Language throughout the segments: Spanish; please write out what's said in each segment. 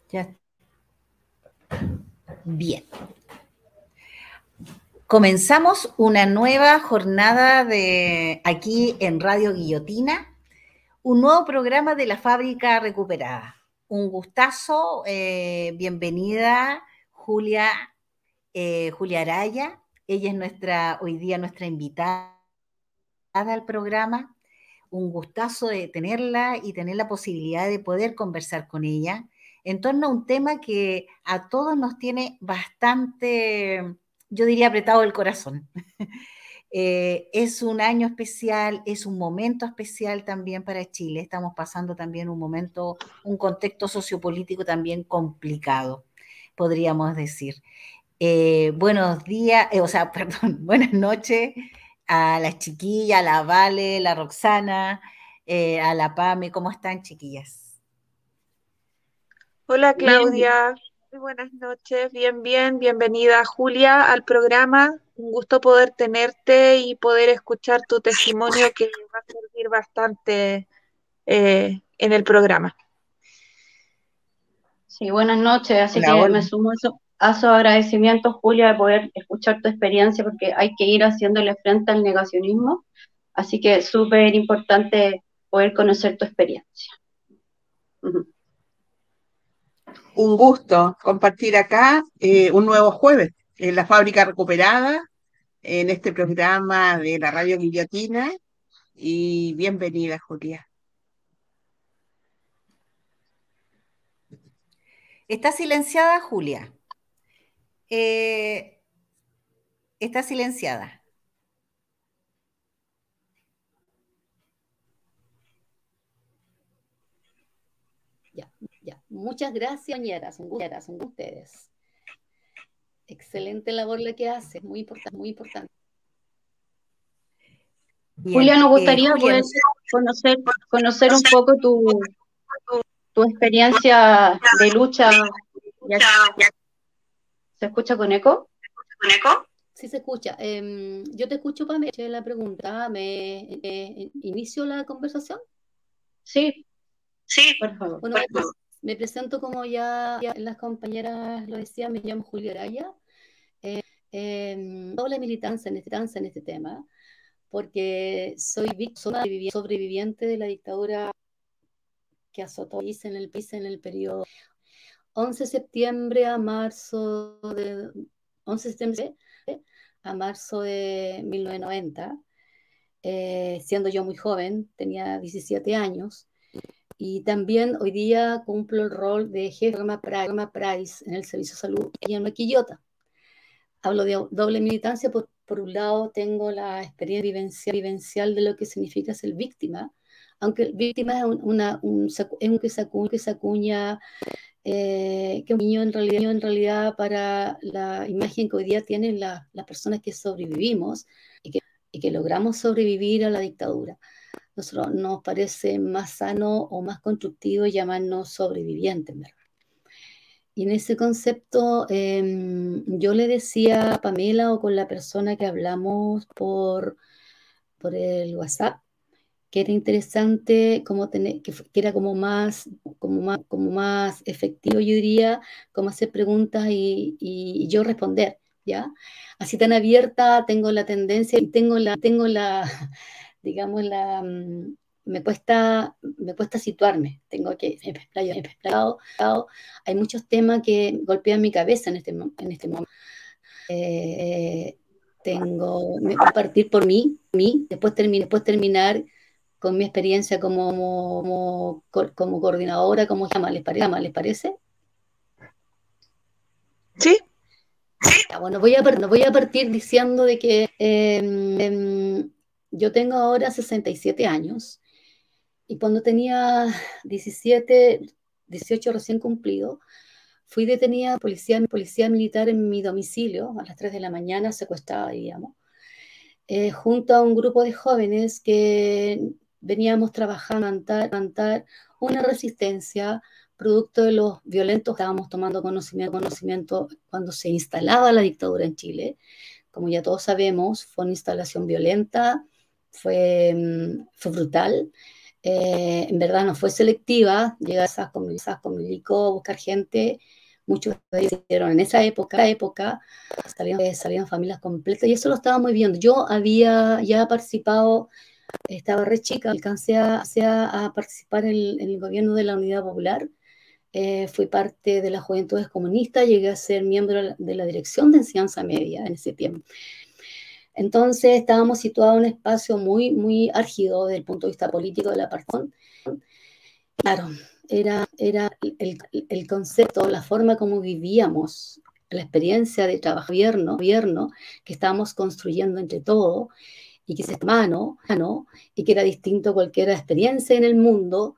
Ya. Bien. Comenzamos una nueva jornada de aquí en Radio Guillotina, un nuevo programa de la Fábrica Recuperada. Un gustazo, bienvenida Julia Araya. Ella es hoy día nuestra invitada al programa. Un gustazo de tenerla y tener la posibilidad de poder conversar con ella en torno a un tema que a todos nos tiene bastante, yo diría, apretado el corazón. Es un año especial, es un momento especial también para Chile. Estamos pasando también un contexto sociopolítico también complicado, podríamos decir. Buenos días, perdón, buenas noches a las chiquillas, a la Vale, la Roxana, a la Pame. ¿Cómo están, chiquillas? Hola Bien, Claudia, muy buenas noches, bienvenida Julia al programa. Un gusto poder tenerte y poder escuchar tu testimonio que va a servir bastante en el programa. sí, buenas noches. Así Hola, que hola. me sumo a esos agradecimientos, Julia, de poder escuchar tu experiencia, porque hay que ir haciéndole frente al negacionismo. Así que es súper importante poder conocer tu experiencia. Ujú. Un gusto compartir acá un nuevo jueves en la Fábrica Recuperada, en este programa de la Radio Guillotina. Y bienvenida, Julia. ¿Está silenciada, Julia? Eh, está silenciada. Ya, ya. Muchas gracias, compañeras, son ustedes. Excelente labor la que hace, muy importante, muy importante. Julia, Bien. nos gustaría Julia, poder no sé. conocer un poco tu experiencia de lucha. Ya, ¿se escucha con eco? Sí se escucha. Yo te escucho, Pame. Escuché la pregunta. ¿Inicio la conversación? Sí, por favor. Bueno, me presento como ya las compañeras lo decían, me llamo Julia Araya. Doble militancia en este tema, porque soy sobreviviente de la dictadura que azotó el país en el periodo 11 de septiembre a marzo de 11 de septiembre a marzo de 1990, siendo yo muy joven, tenía 17 años, y también hoy día cumplo el rol de jefe de programa Price en el Servicio de Salud y en Maquillota. Hablo de doble militancia, por un lado tengo la experiencia vivencial de lo que significa ser víctima, aunque víctima es un que se acuña que un niño en realidad para la imagen que hoy día tienen las personas que sobrevivimos y que logramos sobrevivir a la dictadura. Nosotros nos parece más sano o más constructivo llamarnos sobrevivientes, ¿verdad? Y en ese concepto yo le decía a Pamela o con la persona que hablamos por el WhatsApp, que era interesante como que era como más efectivo, yo diría, como hacer preguntas y yo responder, ¿ya? Así tan abierta tengo la tendencia y digamos, me cuesta situarme, tengo que, me explayo, hay muchos temas que golpean mi cabeza en este momento. Eh, voy a partir por mí, después terminar con mi experiencia como coordinadora, como llama, ¿les parece? ¿Sí? Ya, bueno, voy a partir diciendo de que yo tengo ahora 67 años y cuando tenía 17, 18 recién cumplido, fui detenida por policía militar en mi domicilio a las 3 de la mañana, secuestrada, diríamos, junto a un grupo de jóvenes que veníamos trabajando a levantar una resistencia producto de los violentos. Estábamos tomando conocimiento cuando se instalaba la dictadura en Chile. Como ya todos sabemos, fue una instalación violenta, fue brutal. En verdad no fue selectiva, llegar a con Milico, buscar gente, muchos de ellos hicieron en esa época salían familias completas y eso lo estábamos viendo. Yo había ya participado, estaba re chica, alcancé a participar en el gobierno de la Unidad Popular. Fui parte de las Juventudes Comunistas, llegué a ser miembro de la Dirección de Enseñanza Media en ese tiempo. Entonces estábamos situados en un espacio muy, muy álgido desde el punto de vista político de la participación. Claro, era el concepto, la forma como vivíamos, la experiencia de trabajo gobierno que estábamos construyendo entre todos y que se mano, y que era distinto a cualquier experiencia en el mundo.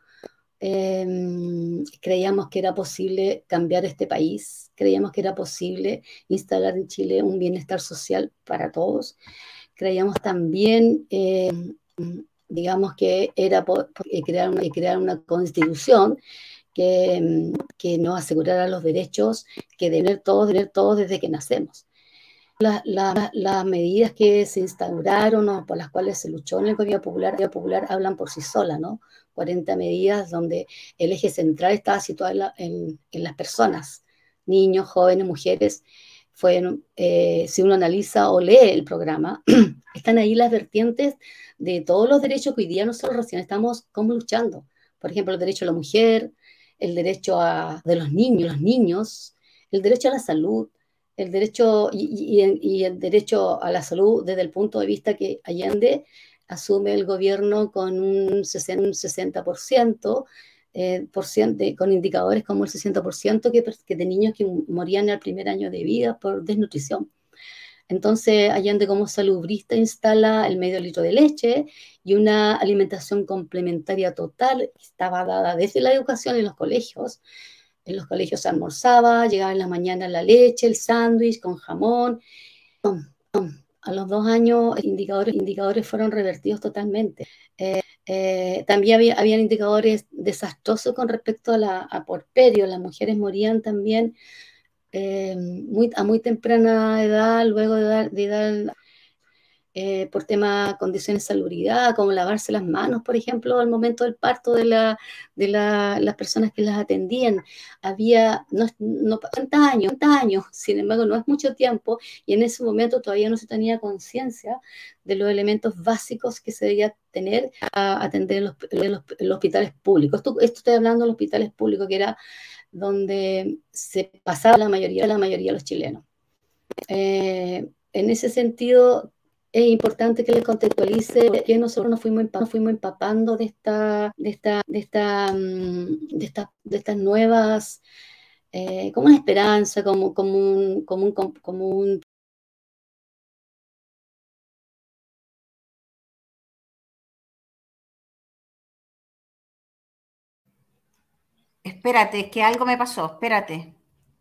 Creíamos que era posible cambiar este país, creíamos que era posible instalar en Chile un bienestar social para todos, creíamos también, digamos, que era crear una constitución que nos asegurara los derechos que deben tener todos desde que nacemos. Las medidas que se instauraron o por las cuales se luchó en el gobierno popular hablan por sí solas, ¿no? 40 medidas donde el eje central estaba situado en las personas, niños, jóvenes, mujeres. Si uno analiza o lee el programa, están ahí las vertientes de todos los derechos que hoy día nosotros recién estamos como luchando. Por ejemplo, el derecho a la mujer, el derecho de los niños, el derecho a la salud, el derecho y el derecho a la salud desde el punto de vista que Allende asume el gobierno con un 60%, con indicadores como el 60% que de niños que morían en el primer año de vida por desnutrición. Entonces, Allende como salubrista instala el medio litro de leche y una alimentación complementaria total que estaba dada desde la educación en los colegios. En los colegios se almorzaba, llegaba en la mañana la leche, el sándwich con jamón. A los 2 años, indicadores fueron revertidos totalmente. También habían indicadores desastrosos con respecto a porperio. Las mujeres morían también a muy temprana edad, luego de dar por temas, condiciones de salubridad, como lavarse las manos, por ejemplo, al momento del parto las personas que las atendían. Había, no 40 años, sin embargo, no es mucho tiempo, y en ese momento todavía no se tenía conciencia de los elementos básicos que se debía tener a atender en los hospitales públicos. Esto estoy hablando de los hospitales públicos, que era donde se pasaba la mayoría de los chilenos. En ese sentido, es importante que les contextualice que nosotros nos fuimos empapando de estas nuevas, como una esperanza, como un. Espérate, es que algo me pasó. Espérate.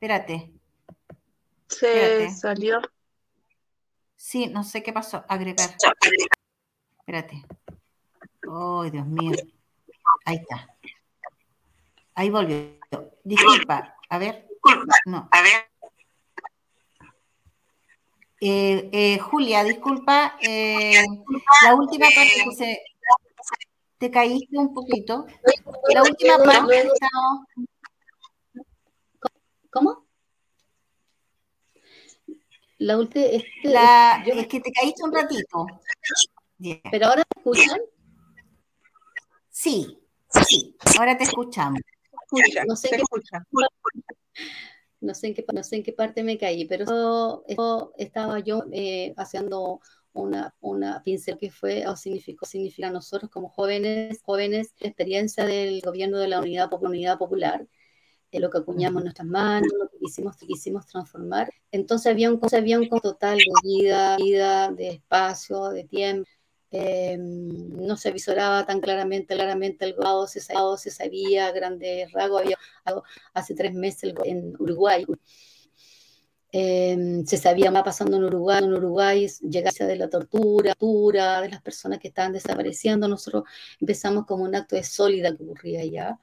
Se salió. Sí, no sé qué pasó. Agregar. Espérate. Oh, Dios mío. Ahí está. Ahí volvió. Disculpa. A ver. No. Julia, disculpa. La última parte que te caíste un poquito. La última parte que estábamos. ¿Cómo? La última. Es que te caíste un ratito. Yeah. ¿Pero ahora te escuchan? Sí, ahora te escuchamos. No sé en qué parte me caí, pero eso estaba yo haciendo una pincel que significó a nosotros como jóvenes, la experiencia del gobierno de la Unidad Popular, lo que acuñamos en nuestras manos, lo que quisimos transformar. Entonces había un total de vida, de espacio, de tiempo. No se visoraba tan claramente el grado, se sabía a grandes rasgos. Había hace 3 meses en Uruguay. Se sabía más pasando en Uruguay, llegase de la tortura, de las personas que estaban desapareciendo. Nosotros empezamos como un acto de solidaridad que ocurría allá.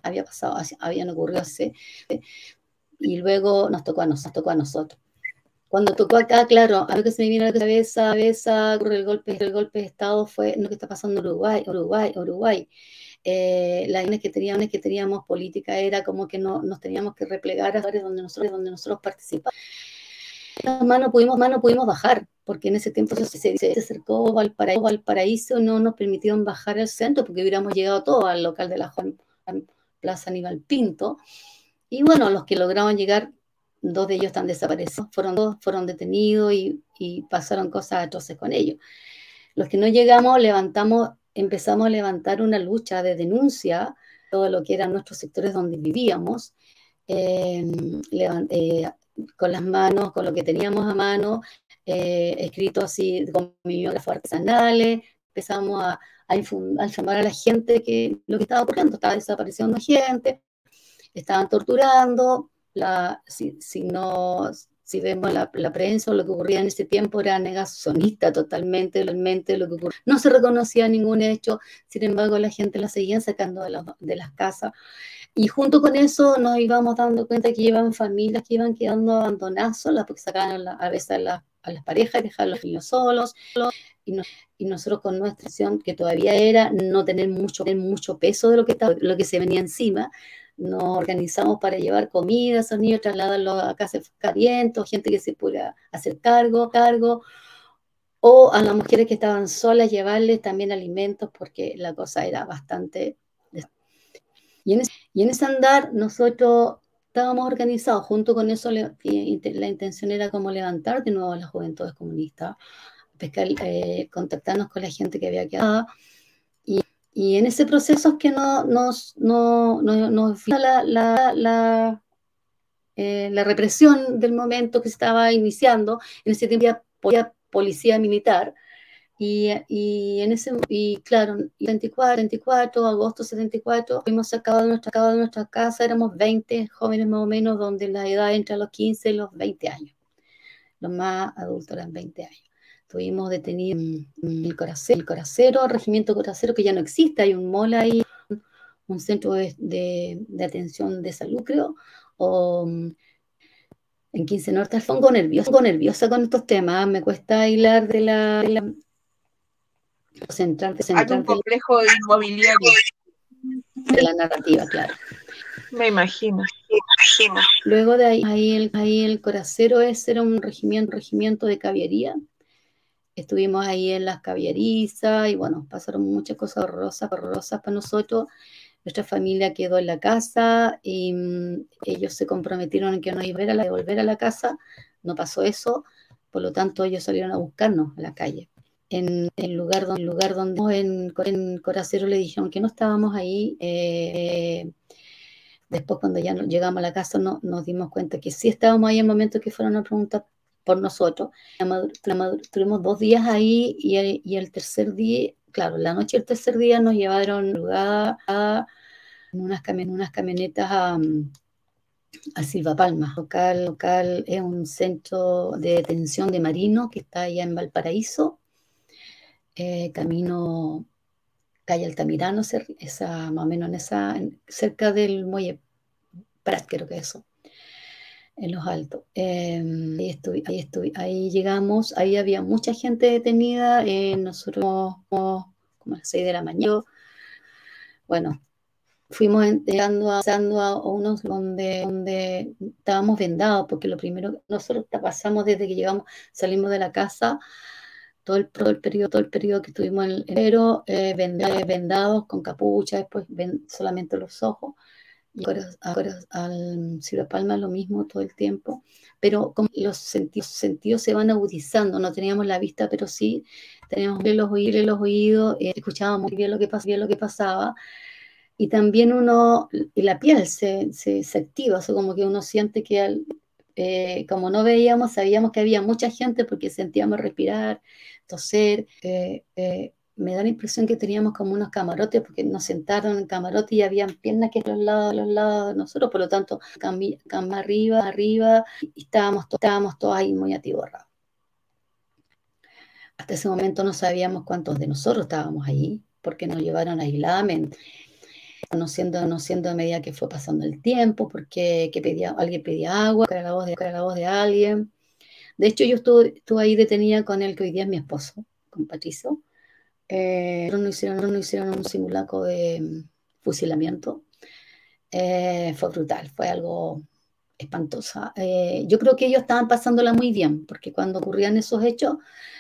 Habían ocurrido así, y luego nos tocó a nosotros. Cuando tocó acá, claro, a lo que se me viene a la cabeza, el golpe de Estado fue lo que está pasando en Uruguay. Las que teníamos política era como que no, nos teníamos que replegar a lugares donde nosotros participamos. Más no pudimos bajar, porque en ese tiempo se acercó Valparaíso, no nos permitieron bajar al centro, porque hubiéramos llegado todos al local de la Plaza Aníbal Pinto. Y bueno, los que lograron llegar, 2 de ellos están desaparecidos, fueron detenidos y pasaron cosas atroces con ellos. Los que no llegamos, empezamos a levantar una lucha de denuncia, todo lo que eran nuestros sectores donde vivíamos, con las manos, con lo que teníamos a mano, escrito así con mimeógrafos artesanales, empezamos a informar a la gente que lo que estaba ocurriendo, estaba desapareciendo gente, estaban torturando, si vemos la prensa o lo que ocurría en ese tiempo era negacionista totalmente lo que ocurría. No se reconocía ningún hecho, sin embargo la gente la seguían sacando de las casas. Y junto con eso nos íbamos dando cuenta que iban familias que iban quedando abandonadas solas, porque sacaban a veces a las parejas y dejaban a los niños solos. Y nosotros con nuestra acción, que todavía era no tener mucho peso de lo que se venía encima, nos organizamos para llevar comida a esos niños, trasladarlos a casas de escalamiento, gente que se pudiera hacer cargo, o a las mujeres que estaban solas, llevarles también alimentos, porque la cosa era bastante... Y en ese andar nosotros estábamos organizados, junto con eso la intención era como levantar de nuevo a las juventudes comunistas, pescar, contactarnos con la gente que había quedado. Y en ese proceso es que nos la represión del momento que se estaba iniciando. En ese tiempo había policía militar. Y claro, 74, agosto 74, fuimos sacados de nuestra casa, éramos 20 jóvenes más o menos, donde la edad entre los 15 y los 20 años. Los más adultos eran 20 años. Estuvimos detenidos en el Coracero, el regimiento Coracero, que ya no existe, hay un mall ahí, un centro de atención de salud, creo, o en 15 Norte. Pongo nerviosa con estos temas, me cuesta hilar de la centrarte Hay un complejo inmobiliario. de la narrativa, claro. Me imagino. Luego de ahí el Coracero ese era un regimiento de caballería. Estuvimos ahí en las caballerizas y bueno, pasaron muchas cosas horrorosas para nosotros. Nuestra familia quedó en la casa y ellos se comprometieron en que no iban a volver a la casa. No pasó eso, por lo tanto ellos salieron a buscarnos a la calle. En el lugar donde en Coracero le dijeron que no estábamos ahí. Después cuando ya llegamos a la casa nos dimos cuenta que sí estábamos ahí en el momento que fueron a preguntar por nosotros. Tuvimos 2 días ahí y el tercer día, claro, la noche del tercer día nos llevaron en unas camionetas a Silva Palma. Local es un centro de detención de marinos que está allá en Valparaíso, camino calle Altamirano, más o menos cerca del muelle Prat, creo que eso, en Los Altos. Ahí llegamos, ahí había mucha gente detenida, nosotros como a las 6 de la mañana. Bueno, fuimos entrando a unos donde estábamos vendados, porque lo primero, nosotros pasamos desde que salimos de la casa, todo el periodo que estuvimos en enero, vendados con capucha, después solamente los ojos. Y ahora al Silva Palma lo mismo todo el tiempo, pero como los sentidos se van agudizando, no teníamos la vista, pero sí teníamos los oídos, escuchábamos muy bien lo que pasaba, y también la piel se activa, o sea, como que uno siente que como no veíamos, sabíamos que había mucha gente porque sentíamos respirar, toser. Me da la impresión que teníamos como unos camarotes, porque nos sentaron en camarote y habían piernas que a los lados de nosotros, por lo tanto, cama arriba, y estábamos todos ahí muy atiborrados. Hasta ese momento no sabíamos cuántos de nosotros estábamos ahí, porque nos llevaron aisladamente, conociendo a medida que fue pasando el tiempo, porque alguien pedía agua, que era la voz de alguien. De hecho, yo estuve ahí detenida con el que hoy día es mi esposo, con Patricio. No hicieron un simulacro de fusilamiento. Fue brutal, fue algo espantoso. Yo creo que ellos estaban pasándola muy bien, porque cuando ocurrían esos hechos,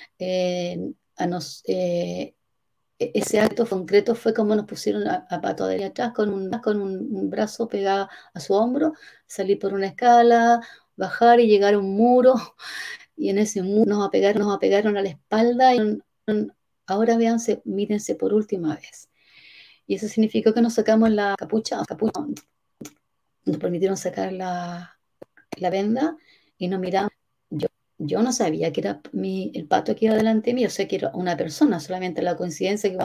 ese acto concreto fue como nos pusieron a Pato de atrás con un brazo pegado a su hombro, salir por una escala, bajar y llegar a un muro, y en ese muro nos apegaron a la espalda y ahora véanse, mírense por última vez. Y eso significó que nos sacamos la capucha, nos permitieron sacar la venda y nos miramos. Yo no sabía que era el Pato que iba delante mío, o sea que era una persona, solamente la coincidencia que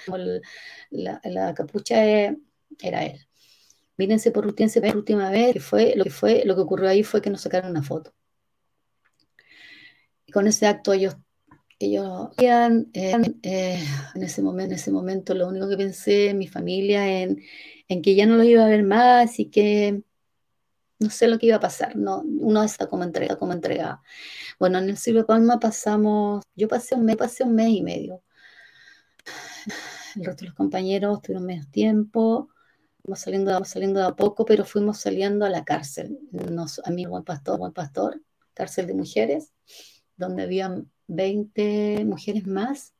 la capucha era él. Mírense por última vez, lo que ocurrió ahí fue que nos sacaron una foto. Y con ese acto ellos en ese momento lo único que pensé en mi familia, en que ya no los iba a ver más y que no sé lo que iba a pasar, no, uno está como entregada. Bueno, en el Silvio Palma yo pasé un mes y medio. El resto de los compañeros tuvieron menos tiempo, fuimos saliendo de a poco, pero fuimos saliendo a la cárcel. A mí, buen pastor, cárcel de mujeres, donde habían 20 mujeres más.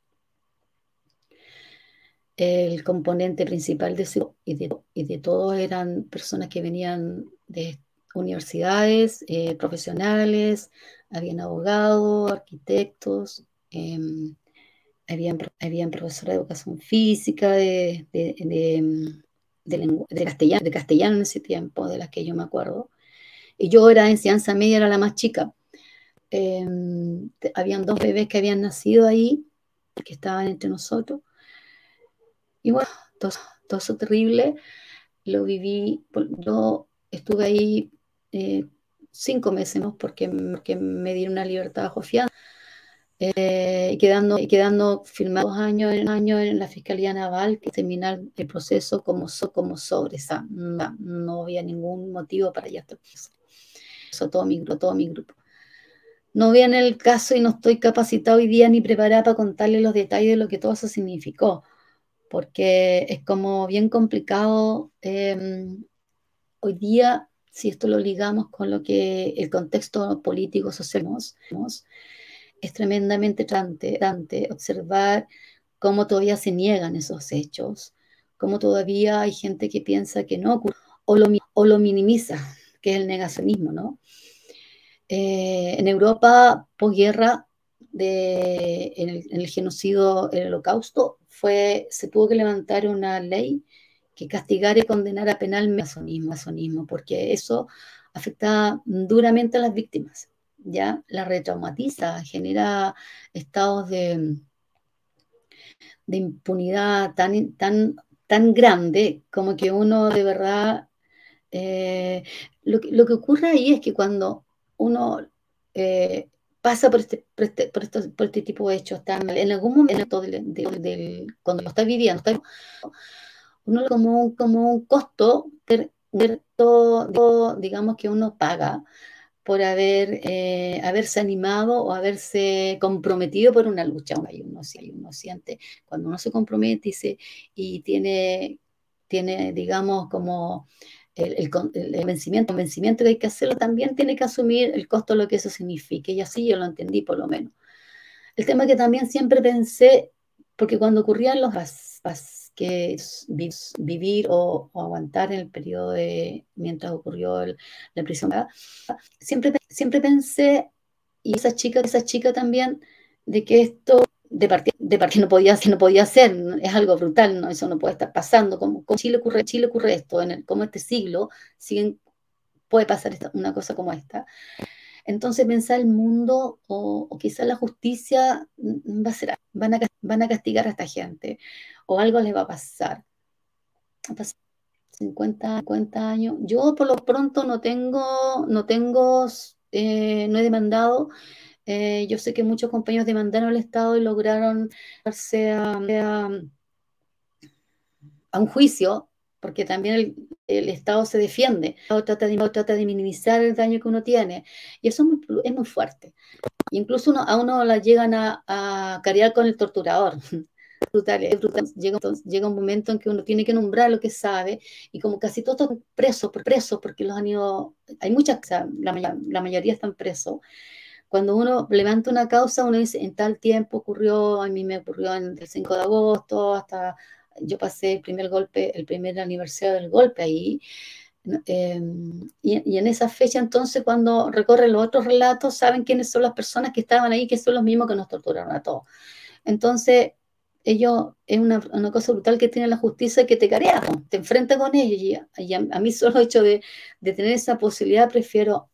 El componente principal de todos eran personas que venían de universidades, profesionales, habían abogados, arquitectos, habían profesores de educación física, de castellano en ese tiempo, de las que yo me acuerdo. Y yo era de enseñanza media, era la más chica. Habían 2 bebés que habían nacido ahí, que estaban entre nosotros. Y bueno, todo eso terrible lo viví. Yo estuve ahí 5 meses, ¿no? porque me dieron una libertad bajo fianza, quedando firmado 2 años en la Fiscalía Naval, que terminar el proceso como sobreseído. No había ningún motivo para ya estar preso. Eso todo mi grupo. No voy en el caso y no estoy capacitada hoy día ni preparada para contarle los detalles de lo que todo eso significó, porque es como bien complicado hoy día, si esto lo ligamos con lo que el contexto político social es tremendamente triste observar cómo todavía se niegan esos hechos, cómo todavía hay gente que piensa que no ocurre o lo minimiza, que es el negacionismo, ¿no? En Europa, posguerra, en el genocidio, el holocausto, se tuvo que levantar una ley que castigara y condenara penalmente el masonismo, porque eso afecta duramente a las víctimas, ¿ya? La retraumatiza, genera estados de impunidad tan grande como que uno de verdad lo que ocurre ahí es que cuando uno pasa por este tipo de hechos, en algún momento cuando lo está viviendo, uno lo como un costo, digamos, que uno paga por haberse animado o haberse comprometido por una lucha. Uno siente, cuando uno se compromete y tiene, digamos, como el convencimiento que hay que hacerlo, también tiene que asumir el costo de lo que eso signifique, y así yo lo entendí por lo menos. El tema que también siempre pensé, porque cuando ocurrían los que vivir o aguantar en el periodo mientras ocurrió la prisión, siempre pensé, y esa chica también, de que esto de partida no podía ser, es algo brutal, ¿no? Eso no puede estar pasando, como Chile ocurre esto, como este siglo puede pasar una cosa como esta. Entonces pensar el mundo o quizás la justicia va a ser, van a castigar a esta gente o algo les va a pasar. 50 años. Yo por lo pronto no he demandado. Yo sé que muchos compañeros demandaron al Estado y lograron darse a un juicio, porque también el Estado se defiende, el Estado trata de minimizar el daño que uno tiene, y eso es muy fuerte. Incluso a uno la llegan a cariar con el torturador. Es brutal. Llega un momento en que uno tiene que nombrar lo que sabe, y como casi todos están presos, porque los han ido, hay muchas, o sea, la mayoría están presos. Cuando uno levanta una causa, uno dice, en tal tiempo ocurrió, a mí me ocurrió en el 5 de agosto, hasta yo pasé el primer aniversario del golpe ahí. Y en esa fecha, entonces, cuando recorren los otros relatos, saben quiénes son las personas que estaban ahí, que son los mismos que nos torturaron a todos. Entonces, es una cosa brutal que tiene la justicia, que te carea, te enfrenta con ellos. Y a mí solo el hecho de tener esa posibilidad, prefiero,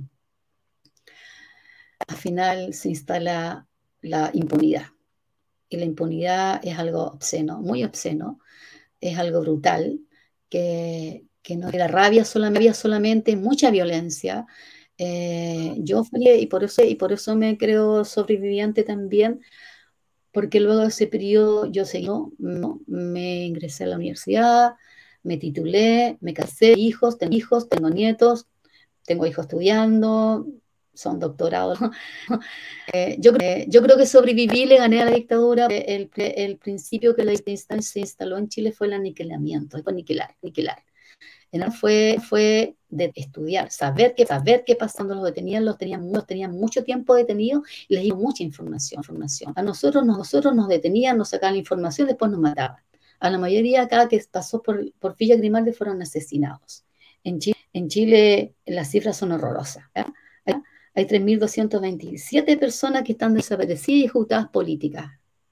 al final se instala la impunidad. Y la impunidad es algo obsceno, muy obsceno, es algo brutal, que no era rabia solamente, mucha violencia. Yo fui, y por eso me creo sobreviviente también, porque luego de ese periodo yo seguí, ¿no? Me ingresé a la universidad, me titulé, me casé, tengo nietos, tengo hijos estudiando, son doctorados. Yo creo que sobreviví, le gané a la dictadura. El principio que la dictadura se instaló en Chile fue el aniquilamiento, fue aniquilar. Fue de estudiar, saber qué pasando los detenidos, los tenían mucho tiempo detenidos y les dio mucha información. A nosotros nos detenían, nos sacaban la información, después nos mataban. A la mayoría, cada que pasó por Villa Grimaldi, fueron asesinados. En Chile las cifras son horrorosas. Hay 3.227 personas que están desaparecidas y ejecutadas políticas.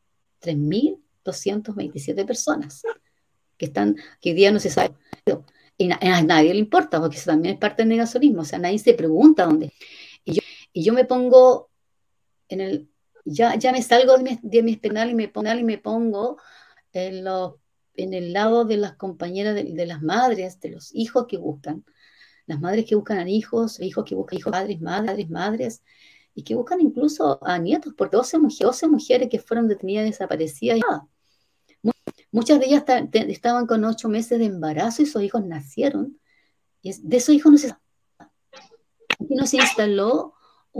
3.227 personas que hoy día no se sabe. Y a nadie le importa, porque eso también es parte del negacionismo. O sea, nadie se pregunta dónde. Y yo me pongo ya me salgo de mi penal y me pongo en el lado de las compañeras, de las madres, de los hijos que buscan. Las madres que buscan a hijos que buscan hijos, madres, y que buscan incluso a nietos, porque 12 mujeres que fueron detenidas, desaparecidas. Muchas de ellas estaban con 8 meses de embarazo y esos hijos nacieron. Y de esos hijos no se instaló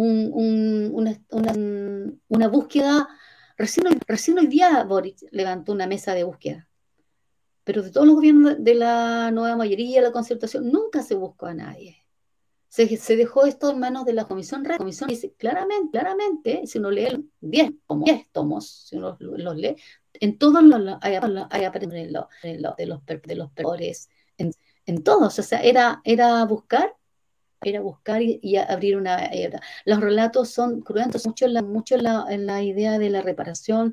una búsqueda. Recién hoy día Boric levantó una mesa de búsqueda. Pero de todos los gobiernos de la nueva mayoría, la concertación, nunca se buscó a nadie. Se dejó esto en manos de la Comisión Red. La Comisión dice claramente, si uno lee 10 tomos, si uno los lee, en todos hay de los perdedores, en todos. O sea, era buscar y abrir una hebra. Los relatos son cruentos, mucho en la idea de la reparación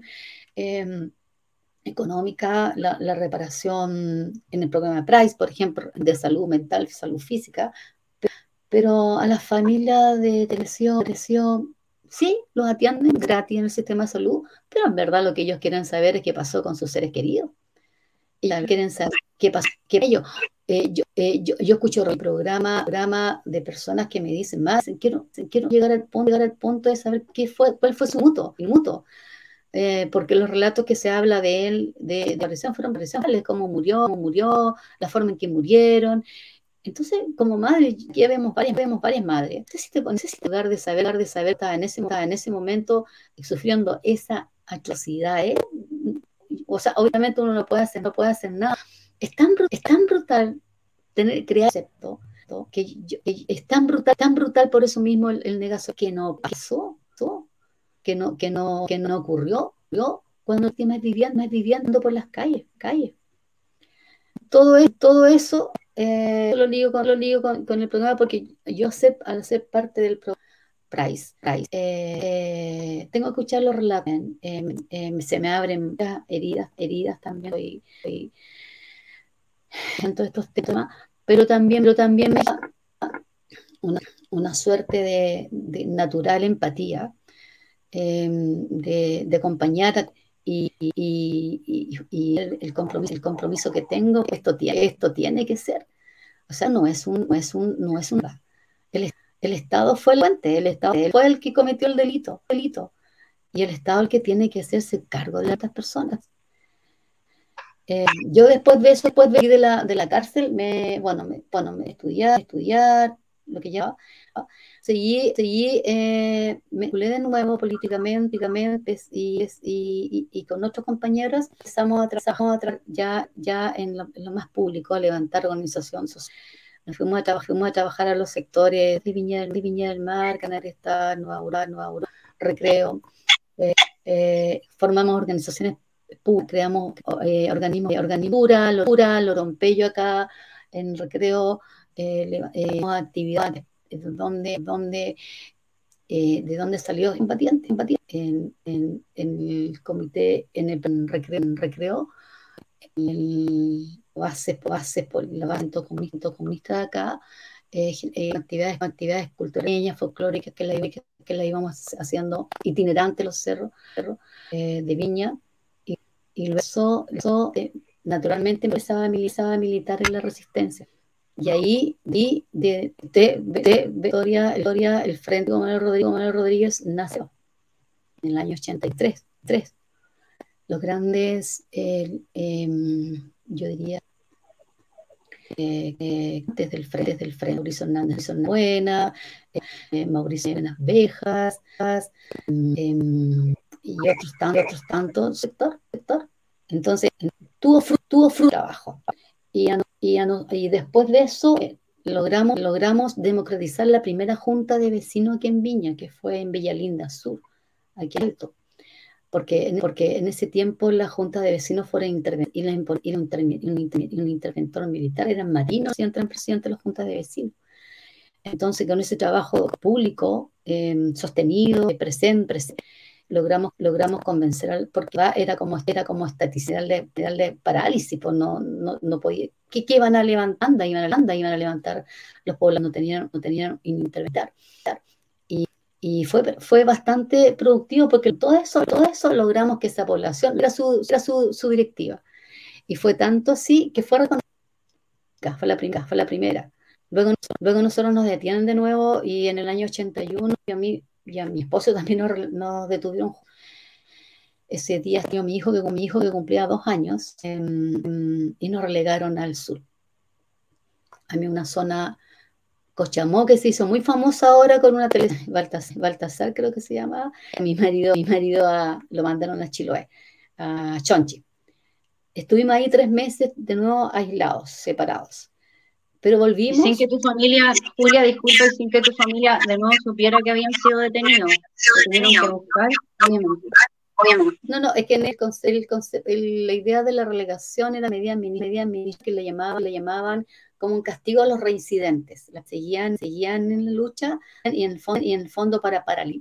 económica, la reparación en el programa Price, por ejemplo, de salud mental, salud física, pero a la familia de depresión, sí, los atienden gratis en el sistema de salud, pero en verdad lo que ellos quieren saber es qué pasó con sus seres queridos. Y quieren saber qué pasó con ellos. Yo escucho el programa de personas que me dicen, más quiero llegar al punto de saber cuál fue su mutuo. Porque los relatos que se habla de él, de depresión, fueron reales, cómo murió, la forma en que murieron. Entonces, como madre, ya vemos varias madres. No sé si te pones a de saber, estaba en ese momento sufriendo esa atrocidad. O sea, obviamente uno no puede hacer nada. Es tan brutal crear concepto, que es tan brutal por eso mismo el negación, que no pasó, que no ocurrió cuando las más viviendo por las calles. Todo eso lo ligo con el programa, porque yo al ser parte del programa Price, tengo que escuchar los relatos. Se me abren muchas heridas también en todos estos temas, pero también me da una suerte de natural empatía, de acompañar y el compromiso que tengo. Esto tiene que ser. O sea, no es un. El Estado fue el puente, el Estado fue el que cometió el delito, y el Estado el que tiene que hacerse cargo de estas personas. Yo después de eso, después de ir de la cárcel, me estudiar, lo que llevaba. Me vinculé de nuevo políticamente y con otros compañeros empezamos a trabajar ya en lo más público, a levantar organización social. Nos fuimos a trabajar a los sectores de Viña del Mar, Canaresta, Nueva Aurora, Recreo. Formamos organizaciones públicas, creamos organismos Lorompeyo acá en Recreo, actividades de dónde salió empatía en el comité, en Recreo, la base comunista de acá, actividades culturales, folclóricas que la íbamos haciendo itinerante los cerros de Viña, y luego eso, naturalmente empezaba a militar en la resistencia. Y ahí Victoria, el Frente Manuel Rodríguez nació en el año 83. Los grandes, yo diría, desde el Frente, Mauricio Hernández Buena, Mauricio Buenas Vejas, y otros tantos sector. Entonces, tuvo fruto trabajo. Y después de eso, logramos democratizar la primera junta de vecinos aquí en Viña, que fue en Villalinda Sur, aquí alto. Porque en ese tiempo la junta de vecinos fueron intervenir y un interventor militar, eran marinos y eran presidentes de la junta de vecinos. Entonces, con ese trabajo público sostenido, presente, logramos convencer porque era como estatizar de parálisis, pues no podía. ¿Qué iban a levantar? Iban a levantar los pueblos, no tenían interventar. Y fue bastante productivo porque todo eso logramos que esa población era su directiva. Y fue tanto así que fue reconocida, fue la primera. Luego nosotros nos detienen de nuevo y en el año 81 y a mi esposo también nos detuvieron. Ese día salió mi hijo que cumplía 2 años y nos relegaron al sur. A mí una zona Cochamó, que se hizo muy famosa ahora con una televisión, Baltasar creo que se llamaba. Mi marido lo mandaron a Chiloé, a Chonchi. Estuvimos ahí 3 meses de nuevo aislados, separados. Pero volvimos. Y sin que tu familia, Julia, disculpa, y sin que tu familia de nuevo supiera que habían sido detenidos. Tuvieron que buscar, obviamente. No, es que en la idea de la relegación era medida que le llamaban como un castigo a los reincidentes. Seguían en la lucha y en el fondo para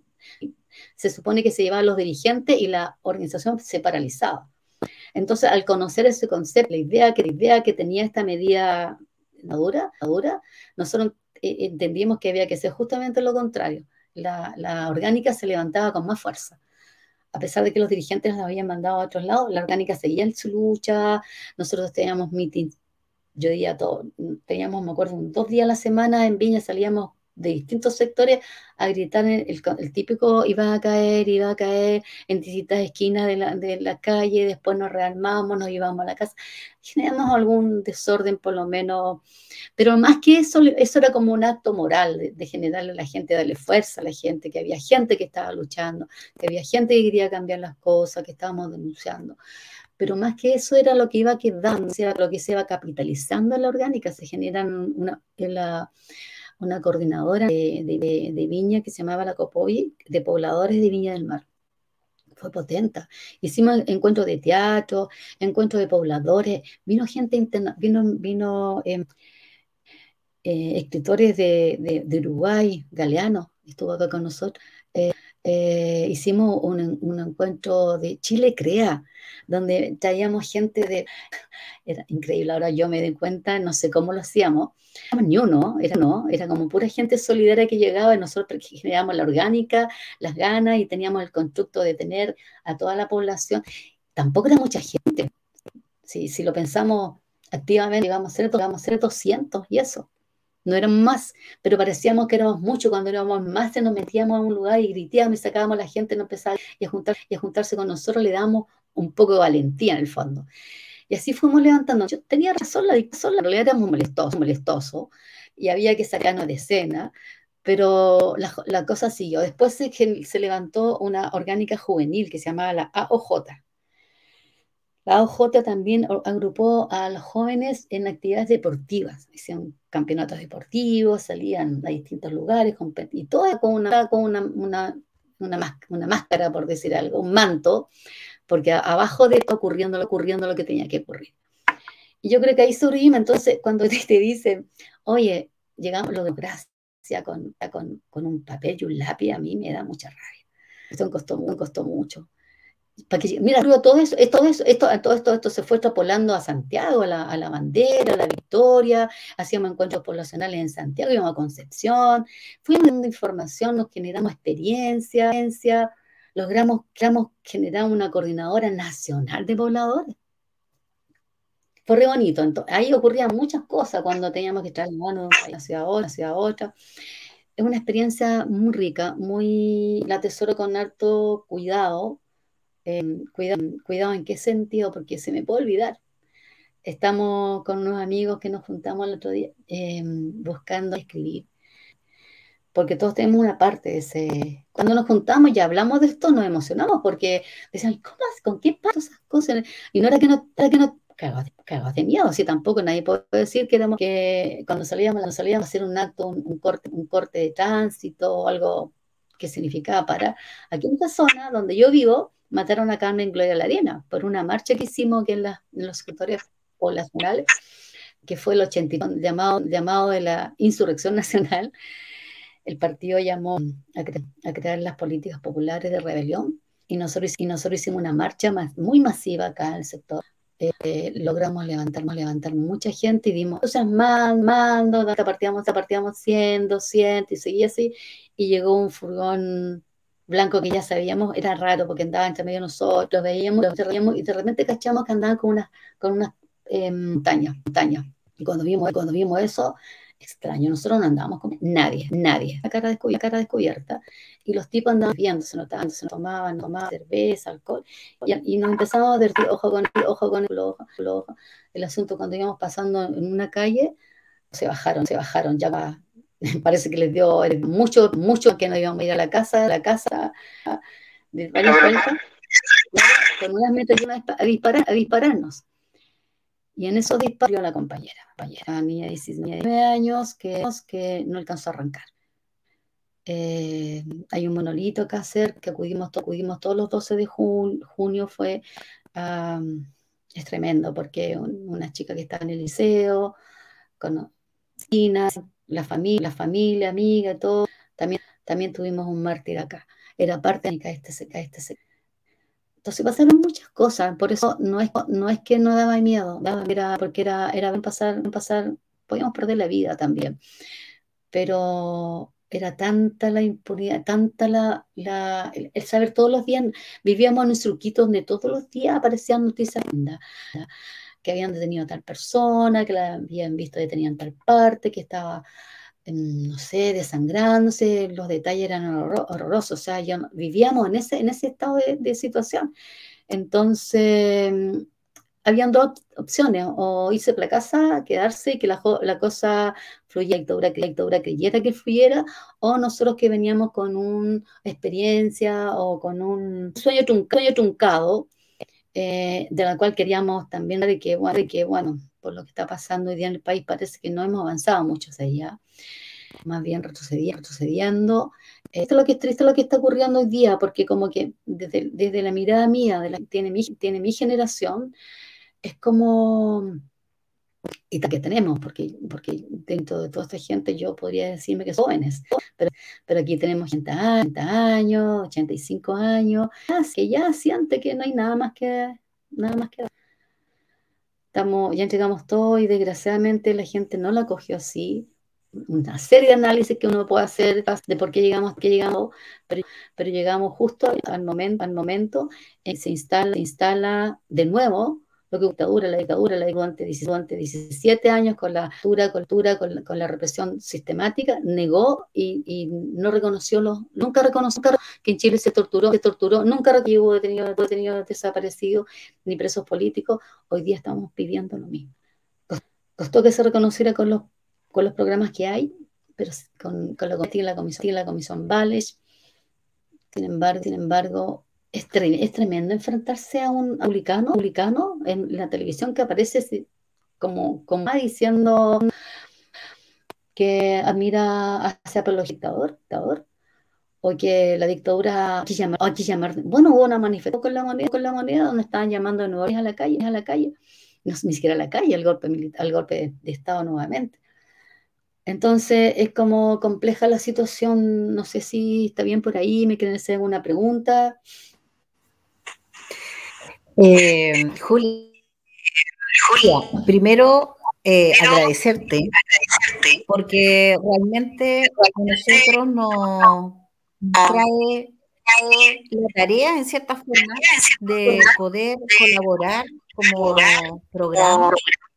se supone que se llevaban a los dirigentes y la organización se paralizaba. Entonces, al conocer ese concepto, la idea que tenía esta medida dura, nosotros entendimos que había que hacer justamente lo contrario. La orgánica se levantaba con más fuerza. A pesar de que los dirigentes nos habían mandado a otros lados, la orgánica seguía en su lucha. Nosotros teníamos meetings, yo diría todo, teníamos, me acuerdo, 2 días a la semana en Viña, salíamos de distintos sectores a gritar el típico iba a caer en distintas esquinas de la calle, después nos rearmamos, nos íbamos a la casa, generamos algún desorden por lo menos, pero más que eso era como un acto moral de generarle a la gente, darle fuerza a la gente, que había gente que estaba luchando, que había gente que quería cambiar las cosas, que estábamos denunciando. Pero más que eso era lo que iba quedando, era lo que se iba capitalizando en la orgánica. Se generan una coordinadora de Viña que se llamaba la COPOVI, de pobladores de Viña del Mar. Fue potente. Hicimos encuentros de teatro, encuentros de pobladores, vino gente interna, vino escritores de Uruguay, Galeano, estuvo acá con nosotros. Hicimos un encuentro de Chile Crea, donde traíamos gente era increíble, ahora yo me doy cuenta, no sé cómo lo hacíamos, ni uno, era como pura gente solidaria que llegaba y nosotros generábamos la orgánica, las ganas y teníamos el constructo de tener a toda la población. Tampoco era mucha gente, si lo pensamos activamente, íbamos a ser 200 y eso. No eran más, pero parecíamos que éramos muchos. Cuando éramos más, nos metíamos a un lugar y gritábamos y sacábamos a la gente, no empezaba a juntarse con nosotros, le dábamos un poco de valentía en el fondo. Y así fuimos levantando. Yo tenía razón, en realidad era muy molestoso, y había que sacarnos de escena, pero la cosa siguió. Después se levantó una orgánica juvenil que se llamaba la AOJ. La AOJ también agrupó a los jóvenes en actividades deportivas, hacían campeonatos deportivos, salían a distintos lugares, y todo con una máscara, por decir algo, un manto, porque abajo de esto ocurriendo lo que tenía que ocurrir. Y yo creo que ahí surgimos. Entonces, cuando te dicen, oye, llegamos a la democracia con un papel y un lápiz, a mí me da mucha rabia. Esto me costó mucho. Mira, todo esto se fue extrapolando a Santiago, a la Bandera, a la Victoria, hacíamos encuentros poblacionales en Santiago, íbamos a Concepción, fuimos dando información, nos generamos experiencia, logramos generar una coordinadora nacional de pobladores. Fue re bonito. Entonces, ahí ocurrían muchas cosas cuando teníamos que trasladarnos de una ciudad a otra. Es una experiencia muy rica, la atesoro con harto cuidado. Cuidado en qué sentido, porque se me puede olvidar. Estamos con unos amigos que nos juntamos el otro día buscando escribir, porque todos tenemos una parte de ese. Cuando nos juntamos y hablamos de esto, nos emocionamos porque decían, ¿cómo, con qué pasan esas cosas? Y no era que no, cagados de miedo, así tampoco nadie puede decir que cuando salíamos a hacer un acto, un corte de tránsito o algo que significaba parar. Aquí en esta zona donde yo vivo, mataron a Carmen Gloria Larena por una marcha que hicimos aquí en los sectores poblacionales, que fue el 82, llamado de la Insurrección Nacional. El partido llamó a crear las políticas populares de rebelión, y nosotros hicimos una marcha muy masiva acá en el sector. Logramos levantar mucha gente y dimos cosas mando, partíamos 100, 200 y seguía así, y llegó un furgón blanco que ya sabíamos, era raro porque andaba entre medio de nosotros, veíamos y de repente cachamos que andaban con unas montañas. Y cuando vimos eso, extraño, nosotros no andábamos con nadie, la cara descubierta, y los tipos andaban viendo, se notaban, tomaban cerveza, alcohol, y nos empezamos a advertir, ojo con el asunto. Cuando íbamos pasando en una calle, se bajaron, ya parece que les dio mucho que no íbamos a ir a la casa de varias vueltas, con unas metas a dispararnos. Y en esos disparos la compañera, niña de 19 años, que no alcanzó a arrancar. Hay un monolito acá cerca, que acudimos todos los 12 de junio. Es tremendo, porque una chica que estaba en el liceo, con vecinas, la familia, amiga, todo. También tuvimos un mártir acá. Era parte de este sector. Entonces pasaron muchas cosas, por eso no es que no daba miedo, porque era bien pasar, podíamos perder la vida también, pero era tanta la impunidad, tanta el saber todos los días. Vivíamos en un circuito donde todos los días aparecían noticias que habían detenido a tal persona, que la habían visto detenida en tal parte, que estaba, no sé, desangrándose. Los detalles eran horrorosos. O sea, vivíamos en ese estado de situación. Entonces, habían dos opciones: o irse para la casa, quedarse y que la cosa fluyera, la dictadura creyera que fluyera, o nosotros que veníamos con una experiencia o con un sueño truncado, de la cual queríamos también, de que bueno, por lo que está pasando hoy día en el país, parece que no hemos avanzado mucho hacia allá, más bien retrocediendo. Esto es lo que es triste, lo que está ocurriendo hoy día, porque como que desde la mirada mía, tiene mi generación, es como, y que tenemos, porque dentro de toda esta gente yo podría decirme que son jóvenes, pero aquí tenemos gente de 80 años, 85 años, que ya siente que no hay nada más que dar. Ya entregamos todo, y desgraciadamente la gente no la cogió así. Una serie de análisis que uno puede hacer de por qué llegamos, pero llegamos justo al momento en que se instala de nuevo lo que la dictadura durante 17 años con la con la represión sistemática, negó y no reconoció nunca reconoció que en Chile se torturó, nunca hubo detenidos desaparecidos ni presos políticos. Hoy día estamos pidiendo lo mismo. Costó que se reconociera con los programas que hay, pero con la comisión Bales. Sin embargo, es tremendo enfrentarse a un publicano en la televisión que aparece como diciendo que admira hacia el dictador, o que la dictadura hay que llamar. Bueno, hubo una manifestación con la moneda donde estaban llamando de nuevo a la calle, no, ni siquiera a la calle, al golpe de Estado nuevamente. Entonces es como compleja la situación, no sé si está bien por ahí, me quieren hacer alguna pregunta. Julia, primero agradecerte porque realmente a nosotros nos trae la tarea, en cierta forma, de poder colaborar como programa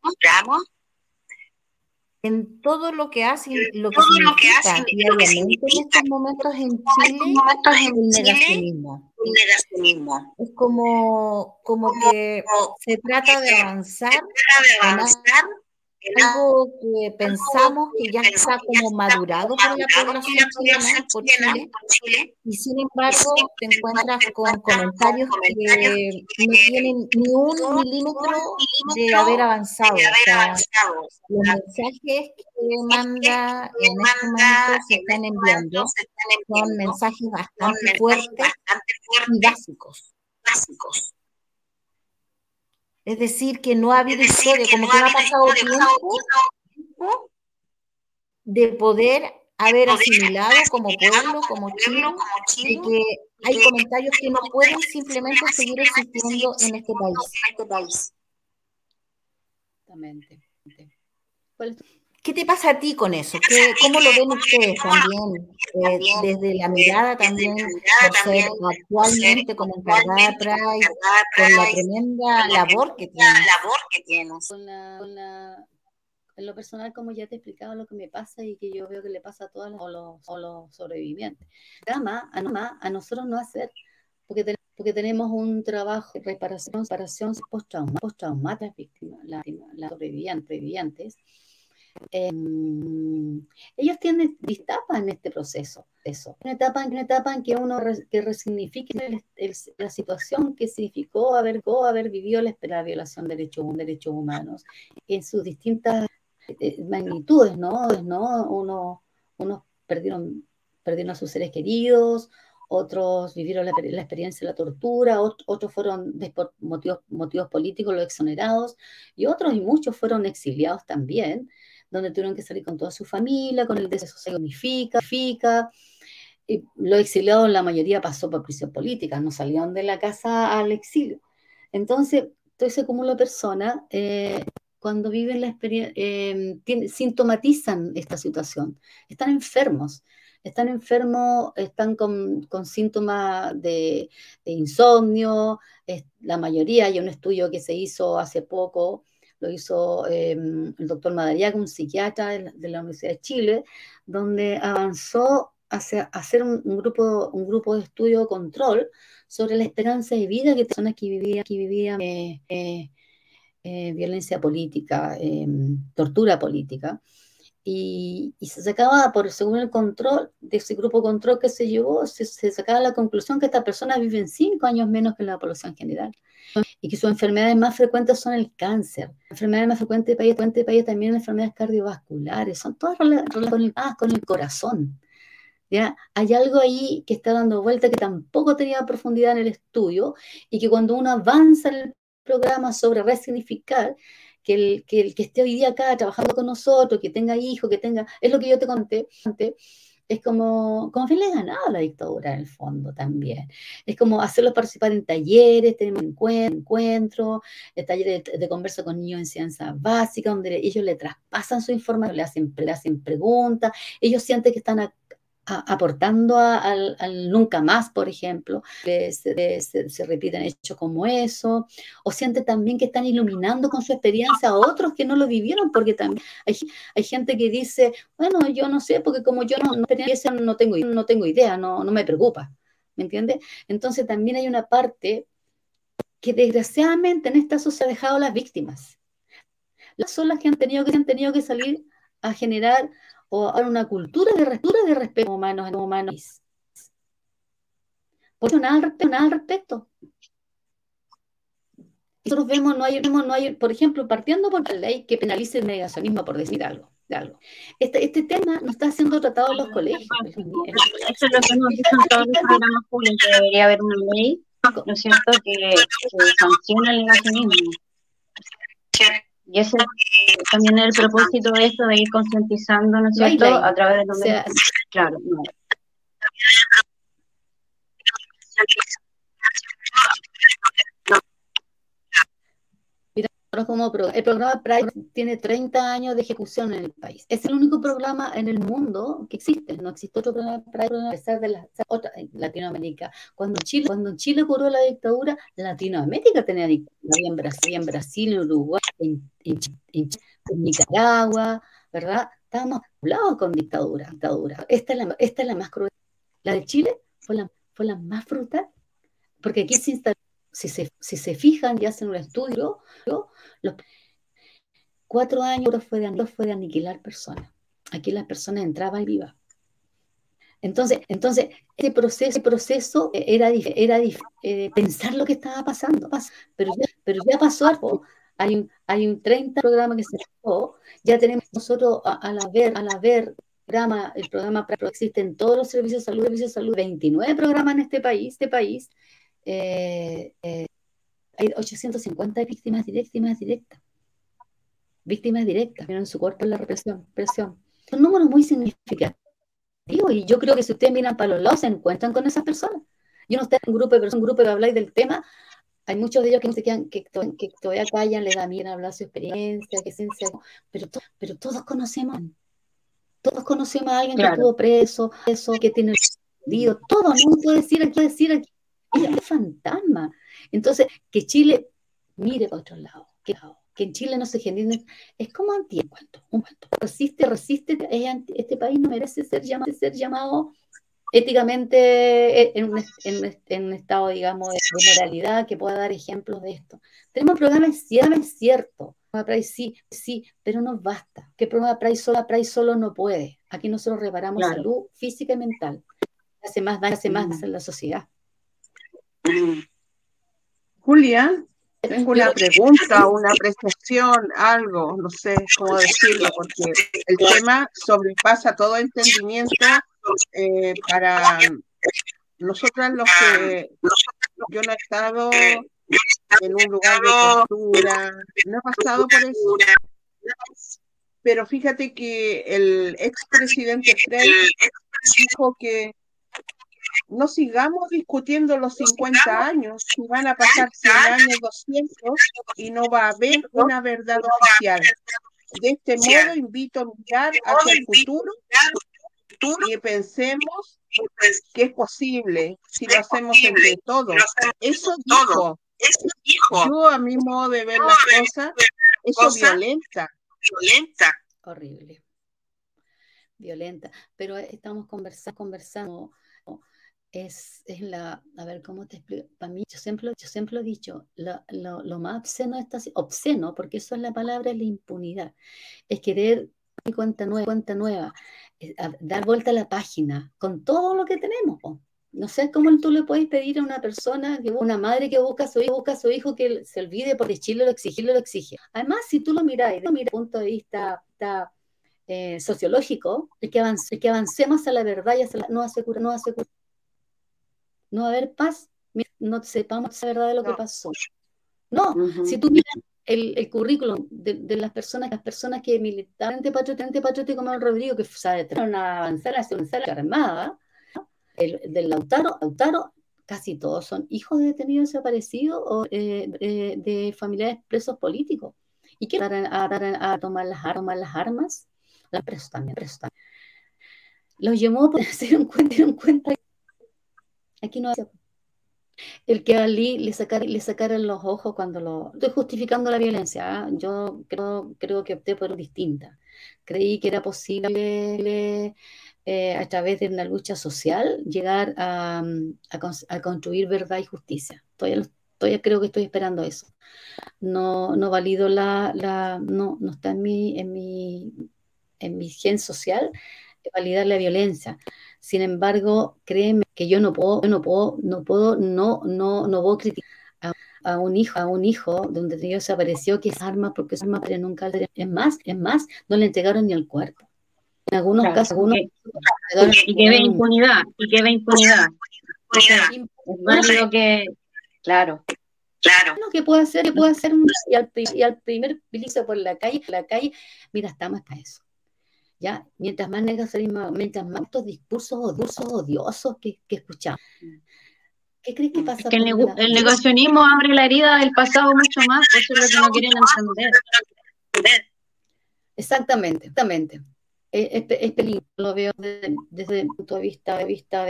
en todo lo que hace, lo que significa diariamente en estos momentos en Chile el negacionismo. Es como que se trata de avanzar en algo que pensamos que ya está como madurado por la población chilena, por Chile, y sin embargo te encuentras con comentarios que no tienen ni un milímetro de haber avanzado. O sea, los mensajes que manda en este momento se están enviando son mensajes bastante fuertes y básicos. Es decir, que no ha habido historia, como que no ha pasado tiempo de poder haber asimilado como pueblo, como Chile, y que hay comentarios que no pueden simplemente seguir existiendo en este país. Exactamente. ¿Qué te pasa a ti con eso? ¿Cómo lo ven ustedes también? Desde la mirada también, por ser actualmente como encargada de Pride, con la tremenda labor que tienes. En lo personal, como ya te he explicado lo que me pasa y que yo veo que le pasa a todos los sobrevivientes. A nosotros no hacer, porque tenemos un trabajo de reparación postraumática, las víctimas, las sobrevivientes. Ellos tienen etapa en este proceso. Una etapa en que uno que resignifique la situación que significó haber vivido la violación de derechos humanos en sus distintas magnitudes, ¿no? Unos perdieron a sus seres queridos, otros vivieron la experiencia de la tortura, otros fueron por motivos políticos los exonerados, y otros y muchos fueron exiliados también, donde tuvieron que salir con toda su familia, con el deseo se unifica. Y los exiliados, la mayoría pasó por prisión política, no salieron de la casa al exilio. Entonces, todo ese cúmulo de personas, cuando viven la experiencia, sintomatizan esta situación, están enfermos, están con síntomas de insomnio, la mayoría. Hay un estudio que se hizo hace poco, lo hizo el doctor Madariaga, un psiquiatra de la Universidad de Chile, donde avanzó hacia hacer un grupo de estudio control sobre la esperanza de vida que personas que vivían violencia política, tortura política, y se sacaba, según el control de ese grupo control que se llevó, se sacaba la conclusión que estas personas viven 5 años menos que la población general, y que sus enfermedades más frecuentes son el cáncer. Las enfermedades más frecuentes de país también enfermedades cardiovasculares, son todas relacionadas con el corazón. ¿Ya? Hay algo ahí que está dando vuelta que tampoco tenía profundidad en el estudio, y que cuando uno avanza en el programa sobre resignificar, que el que esté hoy día acá trabajando con nosotros, que tenga hijos, es lo que yo te conté, es como haberle ganado a la dictadura en el fondo también. Es como hacerlos participar en talleres, tenemos encuentros, talleres de conversa con niños en ciencias básicas, donde ellos le traspasan su información, le hacen preguntas, ellos sienten que están aportando al nunca más, por ejemplo, se repiten hechos como eso, o siente también que están iluminando con su experiencia a otros que no lo vivieron, porque también hay gente que dice, bueno, yo no sé, porque como yo no tengo idea, no me preocupa, ¿me entiendes? Entonces también hay una parte que desgraciadamente en esta sociedad ha dejado a las víctimas. Son las que han tenido que salir a generar o a una cultura de respeto humanos. Por eso nada al respecto. Nosotros vemos, no hay, por ejemplo, partiendo por la ley que penalice el negacionismo, por decir algo. De algo. Este tema no está siendo tratado en los colegios. Eso es lo que hemos dicho en todos los programas públicos, que debería haber una ley, ¿no es cierto?, que sancione el negacionismo. Y ese también es el propósito de esto, de ir concientizando, ¿no es cierto?, a través de los medios. Claro, no. Como el programa Pride tiene 30 años de ejecución en el país. Es el único programa en el mundo que existe. No existe otro programa Pride a pesar de otra en Latinoamérica. Cuando Chile ocurrió la dictadura, Latinoamérica tenía dictadura. En Brasil, en Uruguay, en Nicaragua, ¿verdad? Estábamos poblados con dictadura. Esta es la más cruel. La de Chile fue la más brutal, porque aquí se instaló. Si se fijan y hacen un estudio, los 4 años fue de aniquilar personas. Aquí las personas entraban y vivas. Entonces, ese proceso era pensar lo que estaba pasando. Pero ya pasó algo. Hay un 30 programa que se pasó. Ya tenemos nosotros al haber el programa existe en todos los servicios de salud, 29 programas en este país. Hay 850 víctimas directas. Víctimas directas, vieron su cuerpo en la represión. Son números muy significativos y yo creo que si ustedes miran para los lados se encuentran con esas personas. Yo no estoy en un grupo que habláis del tema, hay muchos de ellos que todavía callan, les da miedo hablar su experiencia, pero todos conocemos a alguien que estuvo preso, que tiene perdido, todo, no puede decir aquí, es fantasma. Entonces, que Chile mire para otro lado, que en Chile no se genere, es como un cuento. Resiste, este país no merece ser llamado éticamente en un estado, digamos, de moralidad que pueda dar ejemplos de esto. Tenemos programas cierto, sí, pero no basta. Que programa Pride solo no puede. Aquí nosotros reparamos salud física y mental. Hace más daño en la sociedad. Julia, tengo una pregunta, una apreciación, algo, no sé cómo decirlo, porque el tema sobrepasa todo entendimiento para nosotras los que yo no he estado en un lugar de tortura, no he pasado por eso. Pero fíjate que el expresidente Frey dijo que no sigamos discutiendo los 50 años, si van a pasar 100 años, 200, y no va a haber una verdad oficial. De este modo, invito a mirar hacia el futuro y pensemos que es posible si lo hacemos entre todos. Eso dijo. Yo, a mi modo de ver las cosas, eso violenta. Horrible. Violenta. Pero estamos conversando. A ver, ¿cómo te explico? Para mí, yo siempre lo he dicho, lo más obsceno, porque eso es la palabra, es la impunidad. Es querer cuenta nueva, dar vuelta a la página con todo lo que tenemos. No sé cómo tú le puedes pedir a una persona, una madre que busca a su hijo que se olvide porque Chile lo exige. Además, si tú lo miras desde un punto de vista sociológico, el que avancemos a la verdad y no asegura. No va a haber paz, no sepamos la verdad de lo que pasó. No, si tú miras el currículum de las personas que militaron patriótico como el Rodrigo, que trataron a avanzar hacia una armada, del Lautaro, casi todos son hijos de detenidos desaparecidos o de familiares presos políticos. ¿Y qué a tomar las armas? Las presos también. Los llamó porque se dieron cuenta aquí no hace el que a Ali le sacaran los ojos cuando lo... Estoy justificando la violencia, ¿ah? Yo creo que opté por distinta. Creí que era posible, a través de una lucha social, llegar a construir verdad y justicia. Todavía creo que estoy esperando eso. No valido no está en mi gen social validar la violencia. Sin embargo, créeme que yo no puedo criticar a un hijo de un detenido desapareció que es arma porque es arma, pero nunca es más, no le entregaron ni el cuerpo. En algunos Claro, casos, algunos y que ve impunidad, y que ve impunidad. Entonces, es válido que, claro. Lo que puede hacer y al primer pilizo por la calle, mira, estamos para eso. ¿Ya? Mientras más negacionismo, mientras más estos discursos odiosos que escuchamos. ¿Qué crees que pasa Es que el yo? negacionismo abre la herida del pasado mucho más, eso es lo que no quieren entender. Exactamente. Es peligroso, lo veo desde el punto de vista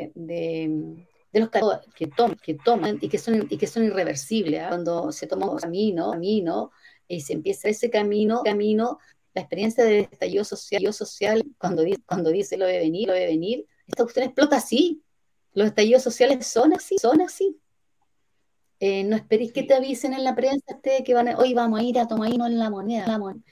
de los que toman y que son irreversibles, ¿eh? Cuando se toma un camino y se empieza ese camino, la experiencia del estallido social cuando dice lo de venir, esta cuestión explota así. Los estallidos sociales son así. No esperéis que te avisen en la prensa que hoy vamos a ir a tomar en la moneda.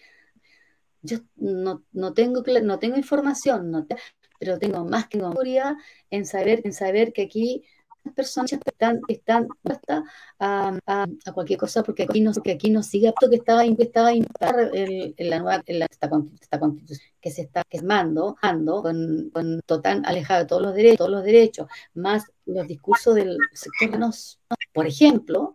Yo no tengo información, pero tengo más que seguridad en saber que aquí las personas están dispuestas a cualquier cosa, porque aquí no sigue esto que estaba impactar esta constitución que se está quemando con total alejado de todos los derechos, más los discursos del sector por ejemplo,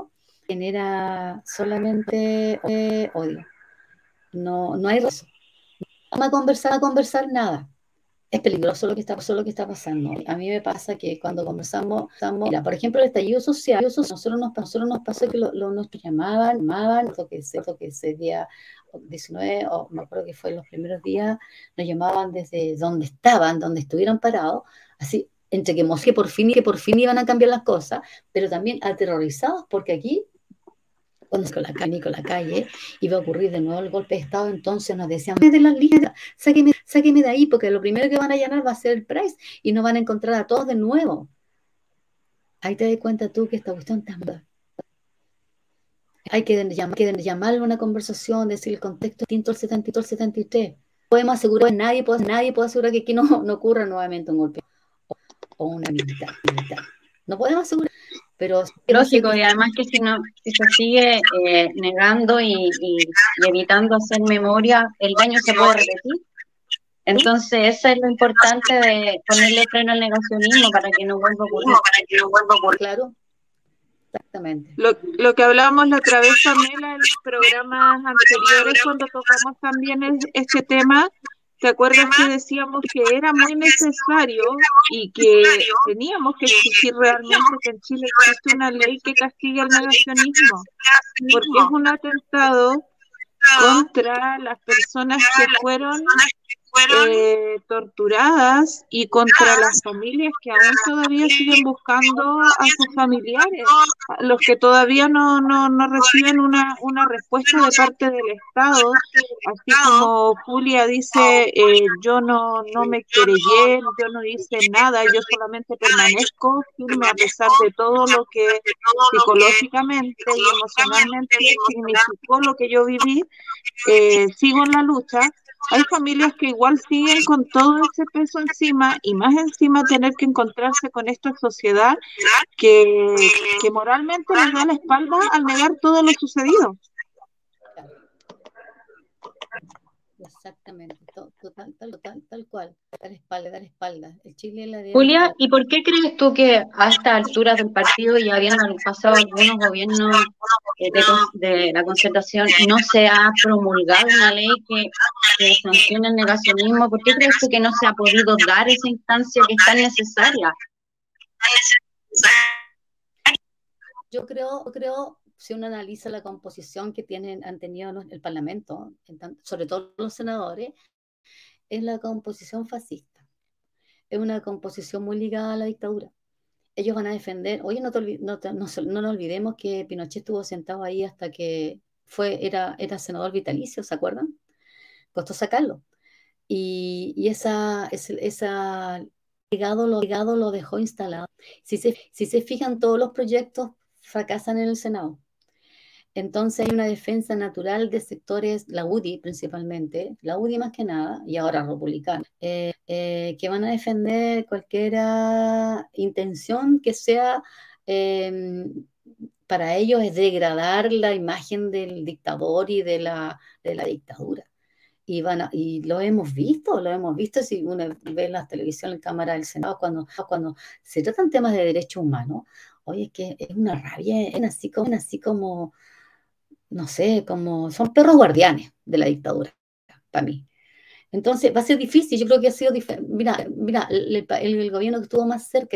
genera solamente odio. No hay razón. Vamos a conversar nada. Es peligroso lo que está pasando. A mí me pasa que cuando conversamos, mira, por ejemplo, el estallido social, nosotros nos pasó que nuestros llamaban, lo que ese día 19, o me acuerdo que fue los primeros días, nos llamaban desde donde estuvieron parados, así, entre que por fin iban a cambiar las cosas, pero también aterrorizados, porque aquí cuando con la calle iba a ocurrir de nuevo el golpe de Estado, entonces nos decían, de las listas, sáqueme de ahí, porque lo primero que van a llenar va a ser el Price y no van a encontrar a todos de nuevo. Ahí te das cuenta tú que esta cuestión está mal. Hay que llamarle a una conversación, decir el contexto distinto al 73. Podemos asegurar, nadie puede asegurar que aquí no ocurra nuevamente un golpe o una militar. No podemos asegurar, pero Lógico, y además que si se sigue negando y evitando hacer memoria, el daño se puede repetir. Entonces, eso es lo importante de ponerle freno al negacionismo para que no vuelva a ocurrir. Claro, exactamente. Lo que hablábamos la otra vez, Pamela, en los programas anteriores, cuando tocamos también este tema, ¿te acuerdas que decíamos que era muy necesario y que teníamos que exigir realmente que en Chile existe una ley que castigue el negacionismo? Porque es un atentado contra las personas que fueron torturadas y contra las familias que aún todavía siguen buscando a sus familiares, los que todavía no reciben una respuesta de parte del Estado, así como Julia dice, yo no me querellé, yo no hice nada, yo solamente permanezco firme a pesar de todo lo que psicológicamente y emocionalmente significó lo que yo viví, sigo en la lucha. Hay familias que igual siguen con todo ese peso encima y más encima tener que encontrarse con esta sociedad que moralmente les da la espalda al negar todo lo sucedido. Exactamente, tal cual, dar espalda. El Chile la de Julia, ¿y por qué crees tú que a estas alturas del partido y habiendo pasado algunos gobiernos de la concertación no se ha promulgado una ley que sancione el negacionismo? ¿Por qué crees tú que no se ha podido dar esa instancia que es tan necesaria? Yo creo, si uno analiza la composición que han tenido el Parlamento, sobre todo los senadores, es la composición fascista. es una composición muy ligada a la dictadura. Ellos van a defender, oye, no nos olvidemos que Pinochet estuvo sentado ahí hasta que era senador vitalicio, ¿se acuerdan? Costó sacarlo. Y esa legado lo dejó instalado. Si se fijan, todos los proyectos fracasan en el Senado. Entonces hay una defensa natural de sectores, la UDI principalmente, la UDI más que nada, y ahora republicana, que van a defender cualquier intención que sea, eh, para ellos es degradar la imagen del dictador y de la dictadura. Y lo hemos visto si uno ve en la televisión, en cámara del Senado, cuando se tratan temas de derechos humanos, oye, es que es una rabia, es así como no sé, como son perros guardianes de la dictadura, para mí. Entonces va a ser difícil, yo creo que ha sido difícil. Mira, el gobierno que estuvo más cerca,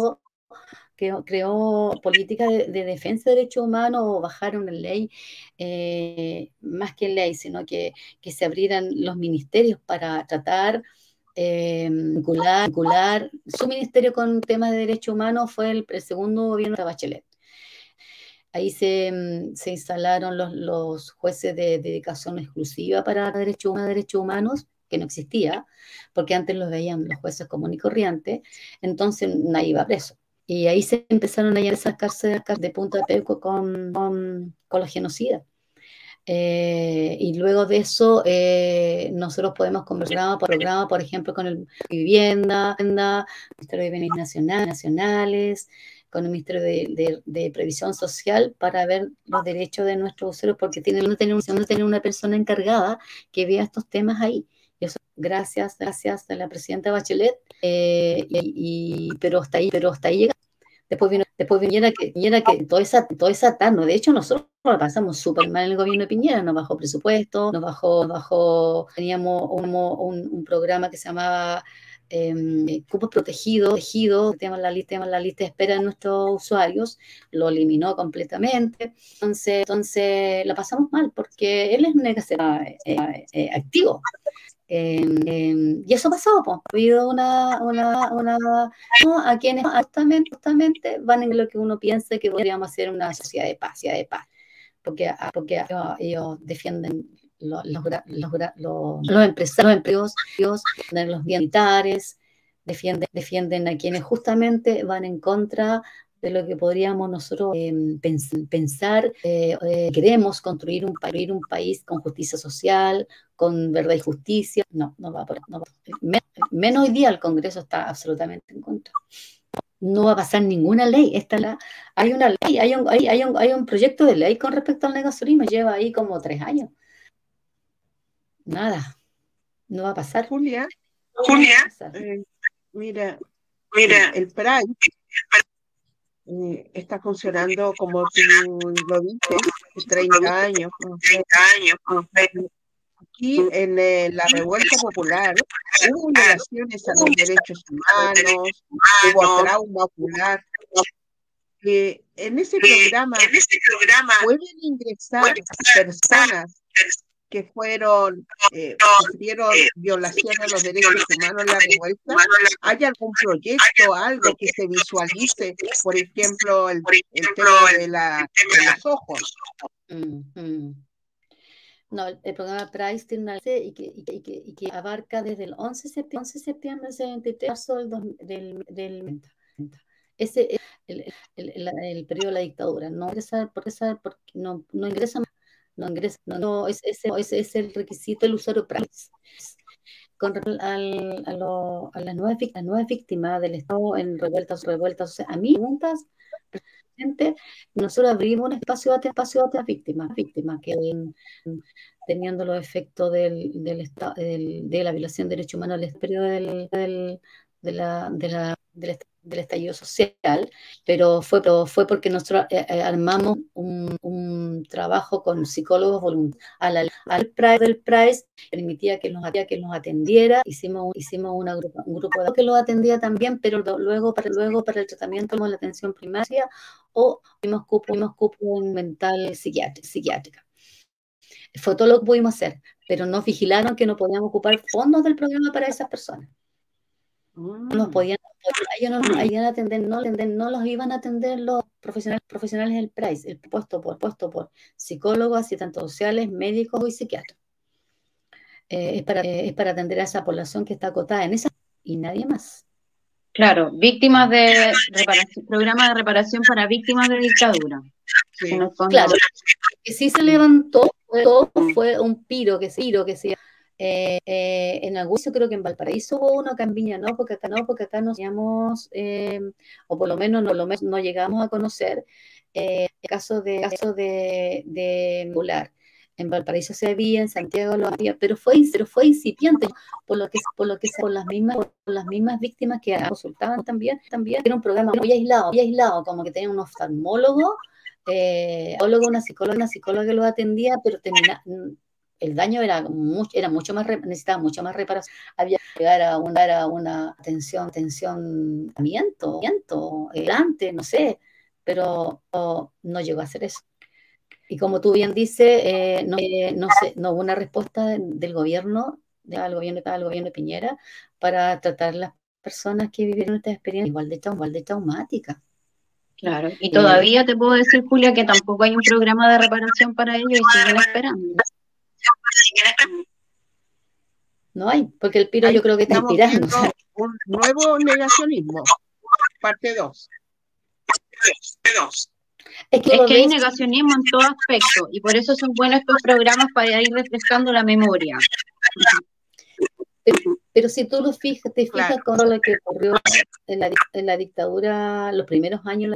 creó política de defensa de derechos humanos o bajaron la ley, más que ley, sino que se abrieran los ministerios para tratar vincular su ministerio con temas de derechos humanos fue el segundo gobierno de Bachelet. Ahí se instalaron los jueces de dedicación exclusiva para derechos humanos, que no existía, porque antes los veían los jueces comunes y corrientes, entonces nadie iba preso. Y ahí se empezaron a llenar esas cárceles de punta de peco con los genocidas. Y luego de eso, nosotros podemos conversar programa, por ejemplo, con el Vivienda, Ministerio de Bienes Nacionales, con el Ministerio de Previsión Social para ver los derechos de nuestros usuarios, porque tienen que tener una persona encargada que vea estos temas ahí. Y eso, gracias a la presidenta Bachelet, pero hasta ahí llega. Después viniera que toda esa tarde, de hecho nosotros lo pasamos súper mal en el gobierno de Piñera, nos bajó presupuesto, teníamos un programa que se llamaba cupos protegidos, teníamos la lista de espera de nuestros usuarios, lo eliminó completamente, entonces la pasamos mal, porque él es un activo. Y eso ha pasado, pues. Ha habido ¿no? A quienes justamente van en lo que uno piensa que podríamos hacer una sociedad de paz, porque ellos defienden los empresarios, los militares, defienden a quienes justamente van en contra de lo que podríamos nosotros pensar. Queremos construir un país con justicia social, con verdad y justicia. No va por menos hoy día el Congreso está absolutamente en contra. No va a pasar ninguna ley. Hay una ley, hay un proyecto de ley con respecto al negacionismo, lleva ahí como 3 años. Nada, no va a pasar. Julia, mira, el PRAI está funcionando como tú lo dices, 30 años. Aquí en la revuelta popular hubo violaciones a los derechos humanos, hubo trauma ocular. En ese programa pueden ingresar personas que sufrieron violación a los derechos humanos en la revuelta. ¿Hay algún proyecto, algo que se visualice? Por ejemplo, el tema de los ojos. No, el programa PRICE tiene una ley y que abarca desde el 11 de septiembre del 73 marzo del 90. Ese es el periodo de la dictadura. No ingresa porque no ingresa más. Ese es el requisito del usuario PRICE. Con a las nuevas víctimas del Estado en revueltas, o sea, a mí preguntas, nosotros abrimos un espacio a otras víctimas que teniendo los efectos de la violación de derechos humanos en el periodo del estallido social, pero fue porque nosotros armamos un trabajo con psicólogos voluntarios. Al PRICE permitía que nos atendiera, hicimos un grupo de que los atendía también, pero luego para el tratamiento de la atención primaria o tuvimos cupo en mental psiquiátrica. Fue todo lo que pudimos hacer, pero nos vigilaron que no podíamos ocupar fondos del programa para esas personas. Nos podían, ellos no nos podían atender, no los iban a atender los profesionales del PRAIS, el puesto por psicólogos, asistentes sociales, médicos y psiquiatras. Es para atender a esa población que está acotada en esa y nadie más. Claro, víctimas de reparación, programa de reparación para víctimas de dictadura. Sí. Claro, que sí se levantó, fue un piro que se en algún sitio, creo que en Valparaíso hubo uno, acá en Viña no, porque acá no teníamos, o por lo menos no llegamos a conocer el caso de Mular. En Valparaíso se había, en Santiago lo había, pero fue incipiente, por las mismas víctimas que consultaban también. Era un programa muy aislado, como que tenía un oftalmólogo, una psicóloga que lo atendía, pero el daño era mucho más, necesitaba mucho más reparación. Había que llegar a una atención, delante, no sé, pero no llegó a hacer eso. Y como tú bien dices, no hubo una respuesta del gobierno, del gobierno de Piñera, para tratar a las personas que vivieron esta experiencia igual de traumática. Claro, y todavía te puedo decir, Julia, que tampoco hay un programa de reparación para ellos y siguen esperando. No hay, porque el piro yo creo que está inspirando. Un nuevo negacionismo, parte 2. Es que hay negacionismo en todo aspecto y por eso son buenos estos programas para ir refrescando la memoria. Pero si tú te fijas con lo que ocurrió en la dictadura, los primeros años,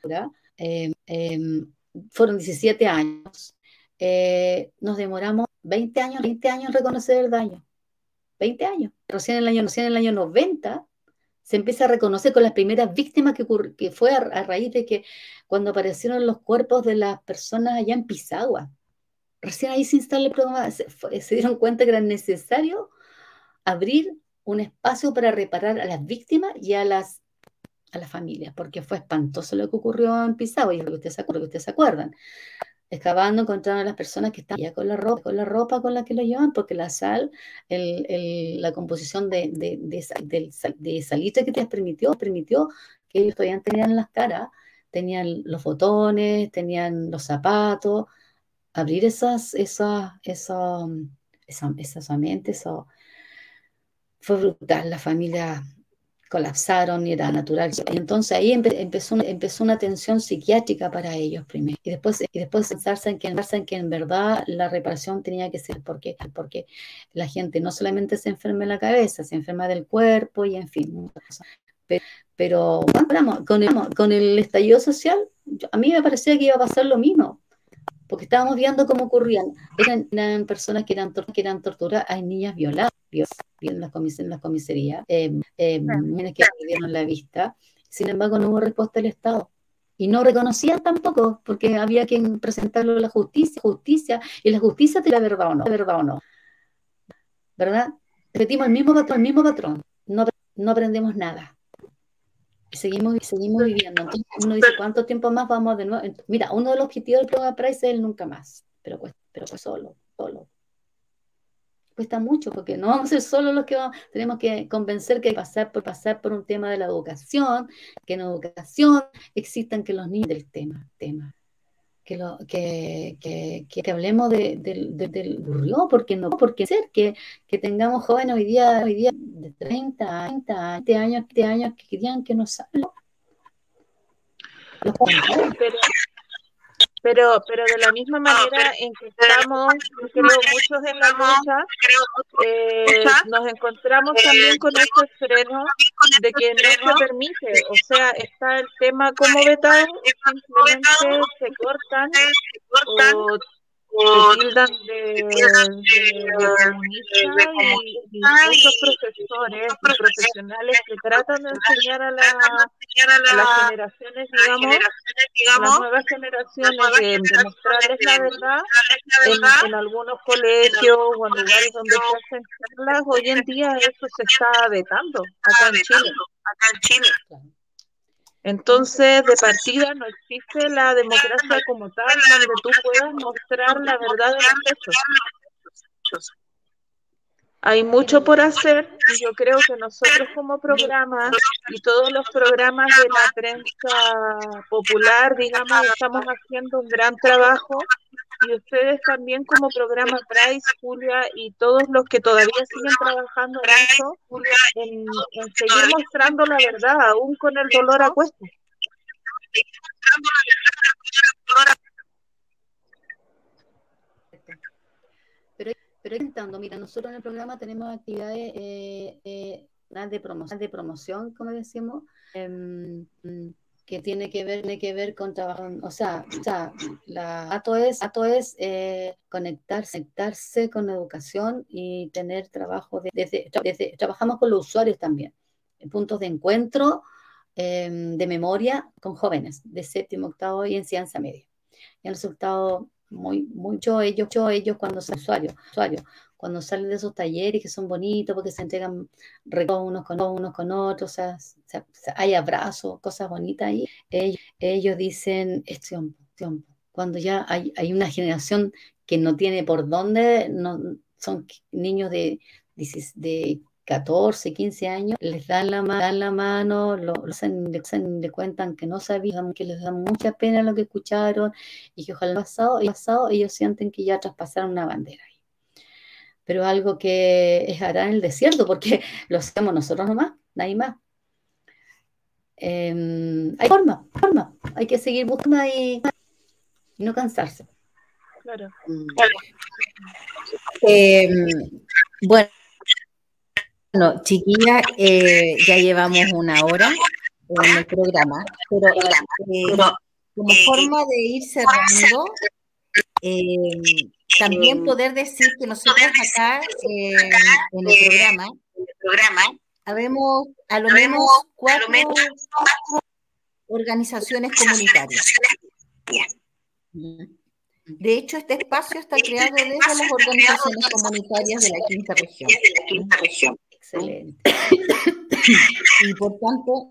fueron 17 años. Nos demoramos 20 años en reconocer el daño. 20 años. Recién en el año 90 se empieza a reconocer con las primeras víctimas que fue a raíz de que cuando aparecieron los cuerpos de las personas allá en Pisagua. Recién ahí se instaló el programa, se dieron cuenta que era necesario abrir un espacio para reparar a las víctimas y a las familias, porque fue espantoso lo que ocurrió en Pisagua, y es lo que ustedes se acuerdan. Excavando, encontraron a las personas que estaban ya con la ropa con la que lo llevaban, porque la sal, la composición de salitre que te permitió que ellos todavía tenían las caras, tenían los botones, tenían los zapatos, abrir esas mentes, eso fue brutal. La familia colapsaron y era natural. Entonces ahí empezó una atención psiquiátrica para ellos primero. Y después pensarse en que en verdad la reparación tenía que ser porque la gente no solamente se enferma en la cabeza, se enferma del cuerpo y en fin. Pero bueno, con el estallido social, a mí me parecía que iba a pasar lo mismo. Porque estábamos viendo cómo ocurrían. Eran personas que eran torturadas, hay niñas violadas en las comisarías, niñas que perdieron la vista. Sin embargo, no hubo respuesta del Estado. Y no reconocían tampoco, porque había que presentarlo a la justicia, y la justicia te la verdad o no. ¿Verdad? Repetimos el mismo patrón. No aprendemos nada. Y seguimos viviendo. Entonces uno dice, ¿cuánto tiempo más vamos de nuevo? Mira, uno de los objetivos del programa PRAIS es el nunca más, pero pues solo. Cuesta mucho porque no vamos a ser solo los que tenemos que convencer que pasar por un tema de la educación, que en educación existan que los niños del tema. Que hablemos del burrió, porque no, porque ser que tengamos jóvenes hoy día de 30, 20 años que querían que nos hablen. Pero de la misma manera en que estamos, creo, muchos en la lucha, nos encontramos también con estos frenos de que no se permite. O sea, está el tema cómo vetar, o simplemente se cortan o se tildan de comunista, y muchos profesores y profesionales que tratan de enseñar a las generaciones, digamos, a las nuevas generaciones, de mostrarles la verdad en algunos colegios o en lugares donde se hacen charlas. Hoy en día eso se está vetando acá en Chile. Entonces, de partida no existe la democracia como tal, donde tú puedas mostrar la verdad de los hechos. Hay mucho por hacer y yo creo que nosotros como programa y todos los programas de la prensa popular, digamos, estamos haciendo un gran trabajo y ustedes también como programa Price, Julia, y todos los que todavía siguen trabajando en eso, en seguir mostrando la verdad, aún con el dolor a cuestas. Pero intentando, mira, nosotros en el programa tenemos actividades de promoción, como decimos, que tiene que ver con trabajo, o sea, ATO es conectarse con la educación y tener trabajo trabajamos con los usuarios también, en puntos de encuentro de memoria con jóvenes de séptimo, octavo y enseñanza media. Y han resultado mucho ellos cuando son usuarios, cuando salen de esos talleres que son bonitos porque se entregan regalos unos con otros, o sea, hay abrazos, cosas bonitas ahí. Ellos dicen, es tiempo. Cuando ya hay una generación que no tiene por dónde, no, son niños de 14, 15 años, les dan la mano, le cuentan que no sabían, que les da mucha pena lo que escucharon y que ojalá pasado ellos sienten que ya traspasaron una bandera. Pero algo que es hará en el desierto, porque lo hacemos nosotros nomás, nadie más. Hay forma, hay que seguir buscando y no cansarse. Claro. Bueno, chiquilla, ya llevamos una hora en el programa, pero como forma de ir cerrando, también poder decir que nosotros acá en el programa habemos a lo menos 4 organizaciones comunitarias. De hecho, este espacio está creado desde las organizaciones comunitarias de la quinta región. Excelente. Y por tanto,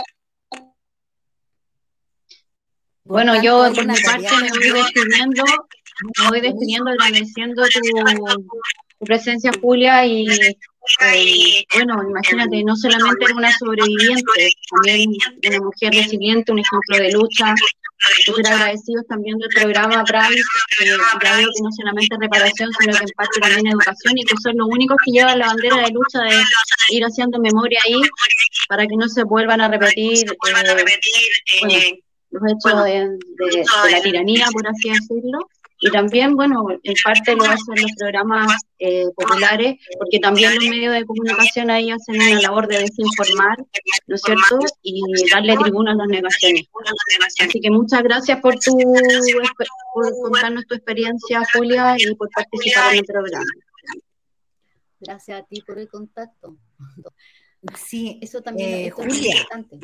bueno, yo por mi parte me voy despidiendo agradeciendo tu presencia, Julia, y bueno, imagínate, no solamente era una sobreviviente, también una mujer resiliente, un ejemplo de lucha. Súper agradecidos también del programa Price, ya veo que no solamente reparación, sino que en parte también educación, y que son los únicos que llevan la bandera de lucha de ir haciendo memoria ahí para que no se vuelvan a repetir bueno, los hechos de la tiranía, por así decirlo. Y también, bueno, en parte lo hacen los programas populares, porque también los medios de comunicación ahí hacen una labor de desinformar, ¿no es cierto? Y darle tribuna a las negaciones. Así que muchas gracias por contarnos tu experiencia, Julia, y por participar en el programa. Gracias a ti por el contacto. Sí, eso también Julia. Es importante.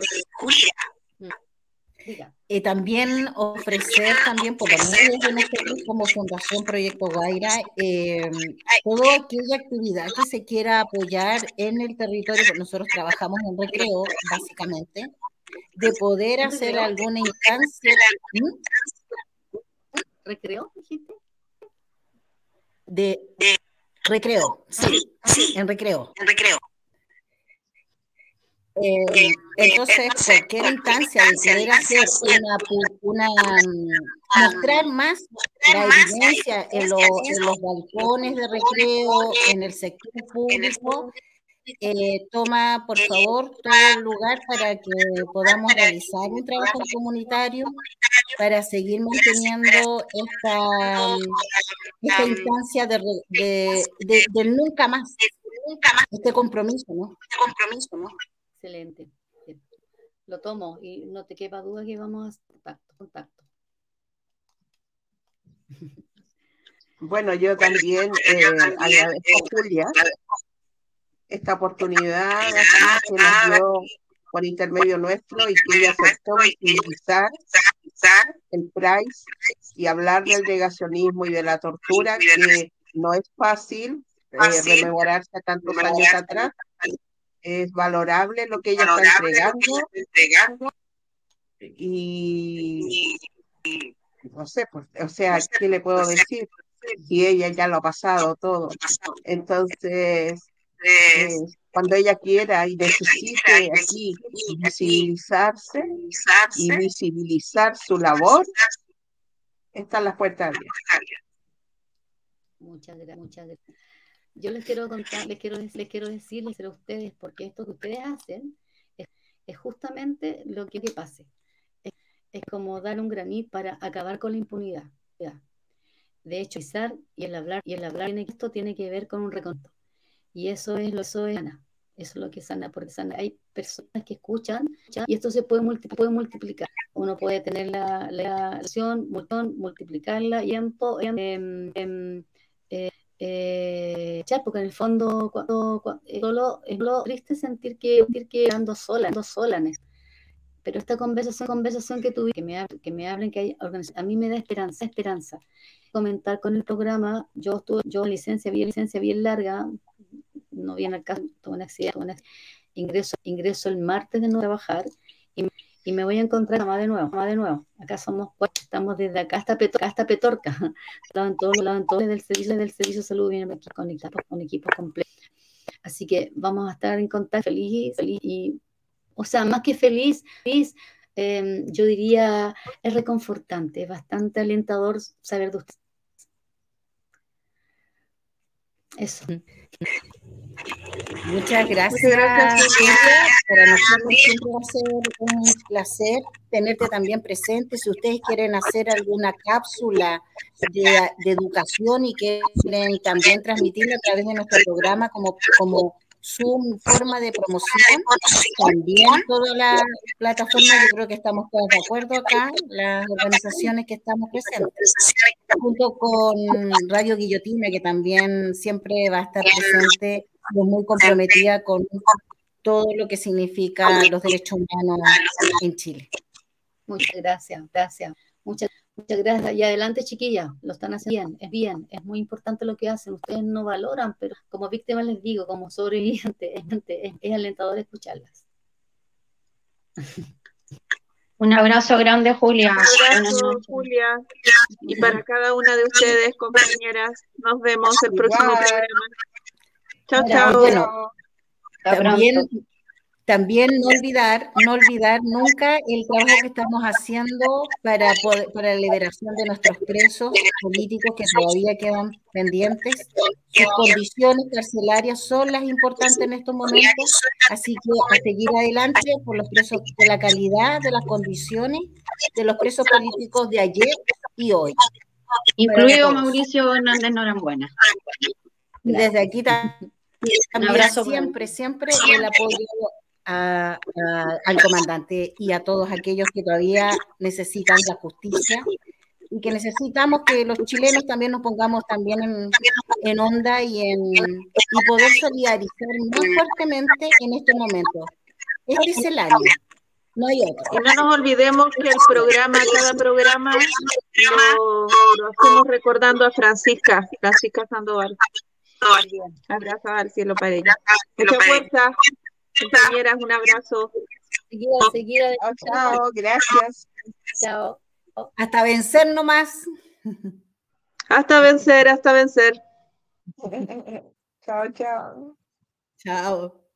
También ofrecer también por los medios de nosotros como Fundación Proyecto Guaira toda aquella actividad que se quiera apoyar en el territorio, porque nosotros trabajamos en recreo básicamente, de poder hacer alguna instancia. ¿Recreo, dijiste? De recreo, sí, en recreo. Entonces, cualquier instancia de poder hacer mostrar más la evidencia en los balcones de recreo, en el sector público, toma, por favor, todo el lugar para que podamos realizar un trabajo comunitario para seguir manteniendo esta instancia del nunca más, este compromiso, ¿no? Excelente. Lo tomo y no te quepa duda que vamos a contacto. Bueno, yo también agradezco a Julia esta oportunidad que nos dio por intermedio nuestro y que ella aceptó utilizar el Price y hablar del negacionismo y de la tortura, que no es fácil rememorarse a tantos años atrás. Es valorable lo que ella está entregando y no sé, pues, o sea, ¿qué le puedo decir? y ella ya lo ha pasado todo. Entonces, cuando ella quiera y necesite aquí visibilizarse y visibilizar su labor, están las puertas abiertas. Muchas gracias. Yo les quiero contar, decirles a ustedes, porque esto que ustedes hacen es justamente lo que pase. Es como dar un granito para acabar con la impunidad. De hecho, y el hablar esto tiene que ver con un reconocimiento. Y eso es sana. Eso es lo que sana, porque sana. Hay personas que escuchan y esto se puede multiplicar. Uno puede tener la acción, multiplicarla y porque en el fondo solo es lo triste sentir que ando sola en esto. Pero esta conversación que tuve, que me hablen que hay organización, a mí me da esperanza. Comentar con el programa, yo licencia bien larga, no viene al caso, tuve un accidente, ingreso el martes de nuevo a trabajar y me voy a encontrar de nuevo. Acá somos cuatro, estamos desde acá hasta Petorca, en todos del servicio de salud, vienen aquí conectados con equipos completos. Así que vamos a estar en contacto, feliz y, o sea, más que feliz, yo diría, es reconfortante, es bastante alentador saber de ustedes. Eso. Muchas gracias, Julia. Para nosotros siempre va a ser un placer tenerte también presente. Si ustedes quieren hacer alguna cápsula de educación y quieren también transmitirla a través de nuestro programa como su forma de promoción, también toda la plataforma, yo creo que estamos todos de acuerdo acá, las organizaciones que estamos presentes, junto con Radio Guillotina, que también siempre va a estar presente, muy comprometida con todo lo que significa los derechos humanos en Chile. Muchas gracias. Muchas gracias. Y adelante, chiquillas, lo están haciendo bien, es muy importante lo que hacen. Ustedes no valoran, pero como víctimas les digo, como sobreviviente, es alentador escucharlas. Un abrazo grande, Julia. Un abrazo, Julia. Y para cada una de ustedes, compañeras, nos vemos el próximo programa. Chao. Bueno, también no olvidar nunca el trabajo que estamos haciendo para la liberación de nuestros presos políticos que todavía quedan pendientes. Sus condiciones carcelarias son las importantes en estos momentos, así que a seguir adelante por los presos, por la calidad de las condiciones de los presos políticos de ayer y hoy. Incluido Mauricio Hernández Norambuena. Desde aquí también siempre el apoyo al comandante y a todos aquellos que todavía necesitan la justicia y que necesitamos que los chilenos también nos pongamos también en onda y poder solidarizar más fuertemente en estos momentos. Este es el año, no hay otro. Y no nos olvidemos que cada programa lo hacemos recordando a Francisca Sandoval. Abrazo al cielo para ella. Mucha fuerza, compañeras, un abrazo. Seguida. Chao, gracias. Chao. Hasta vencer nomás. Hasta vencer. Chao. Chao.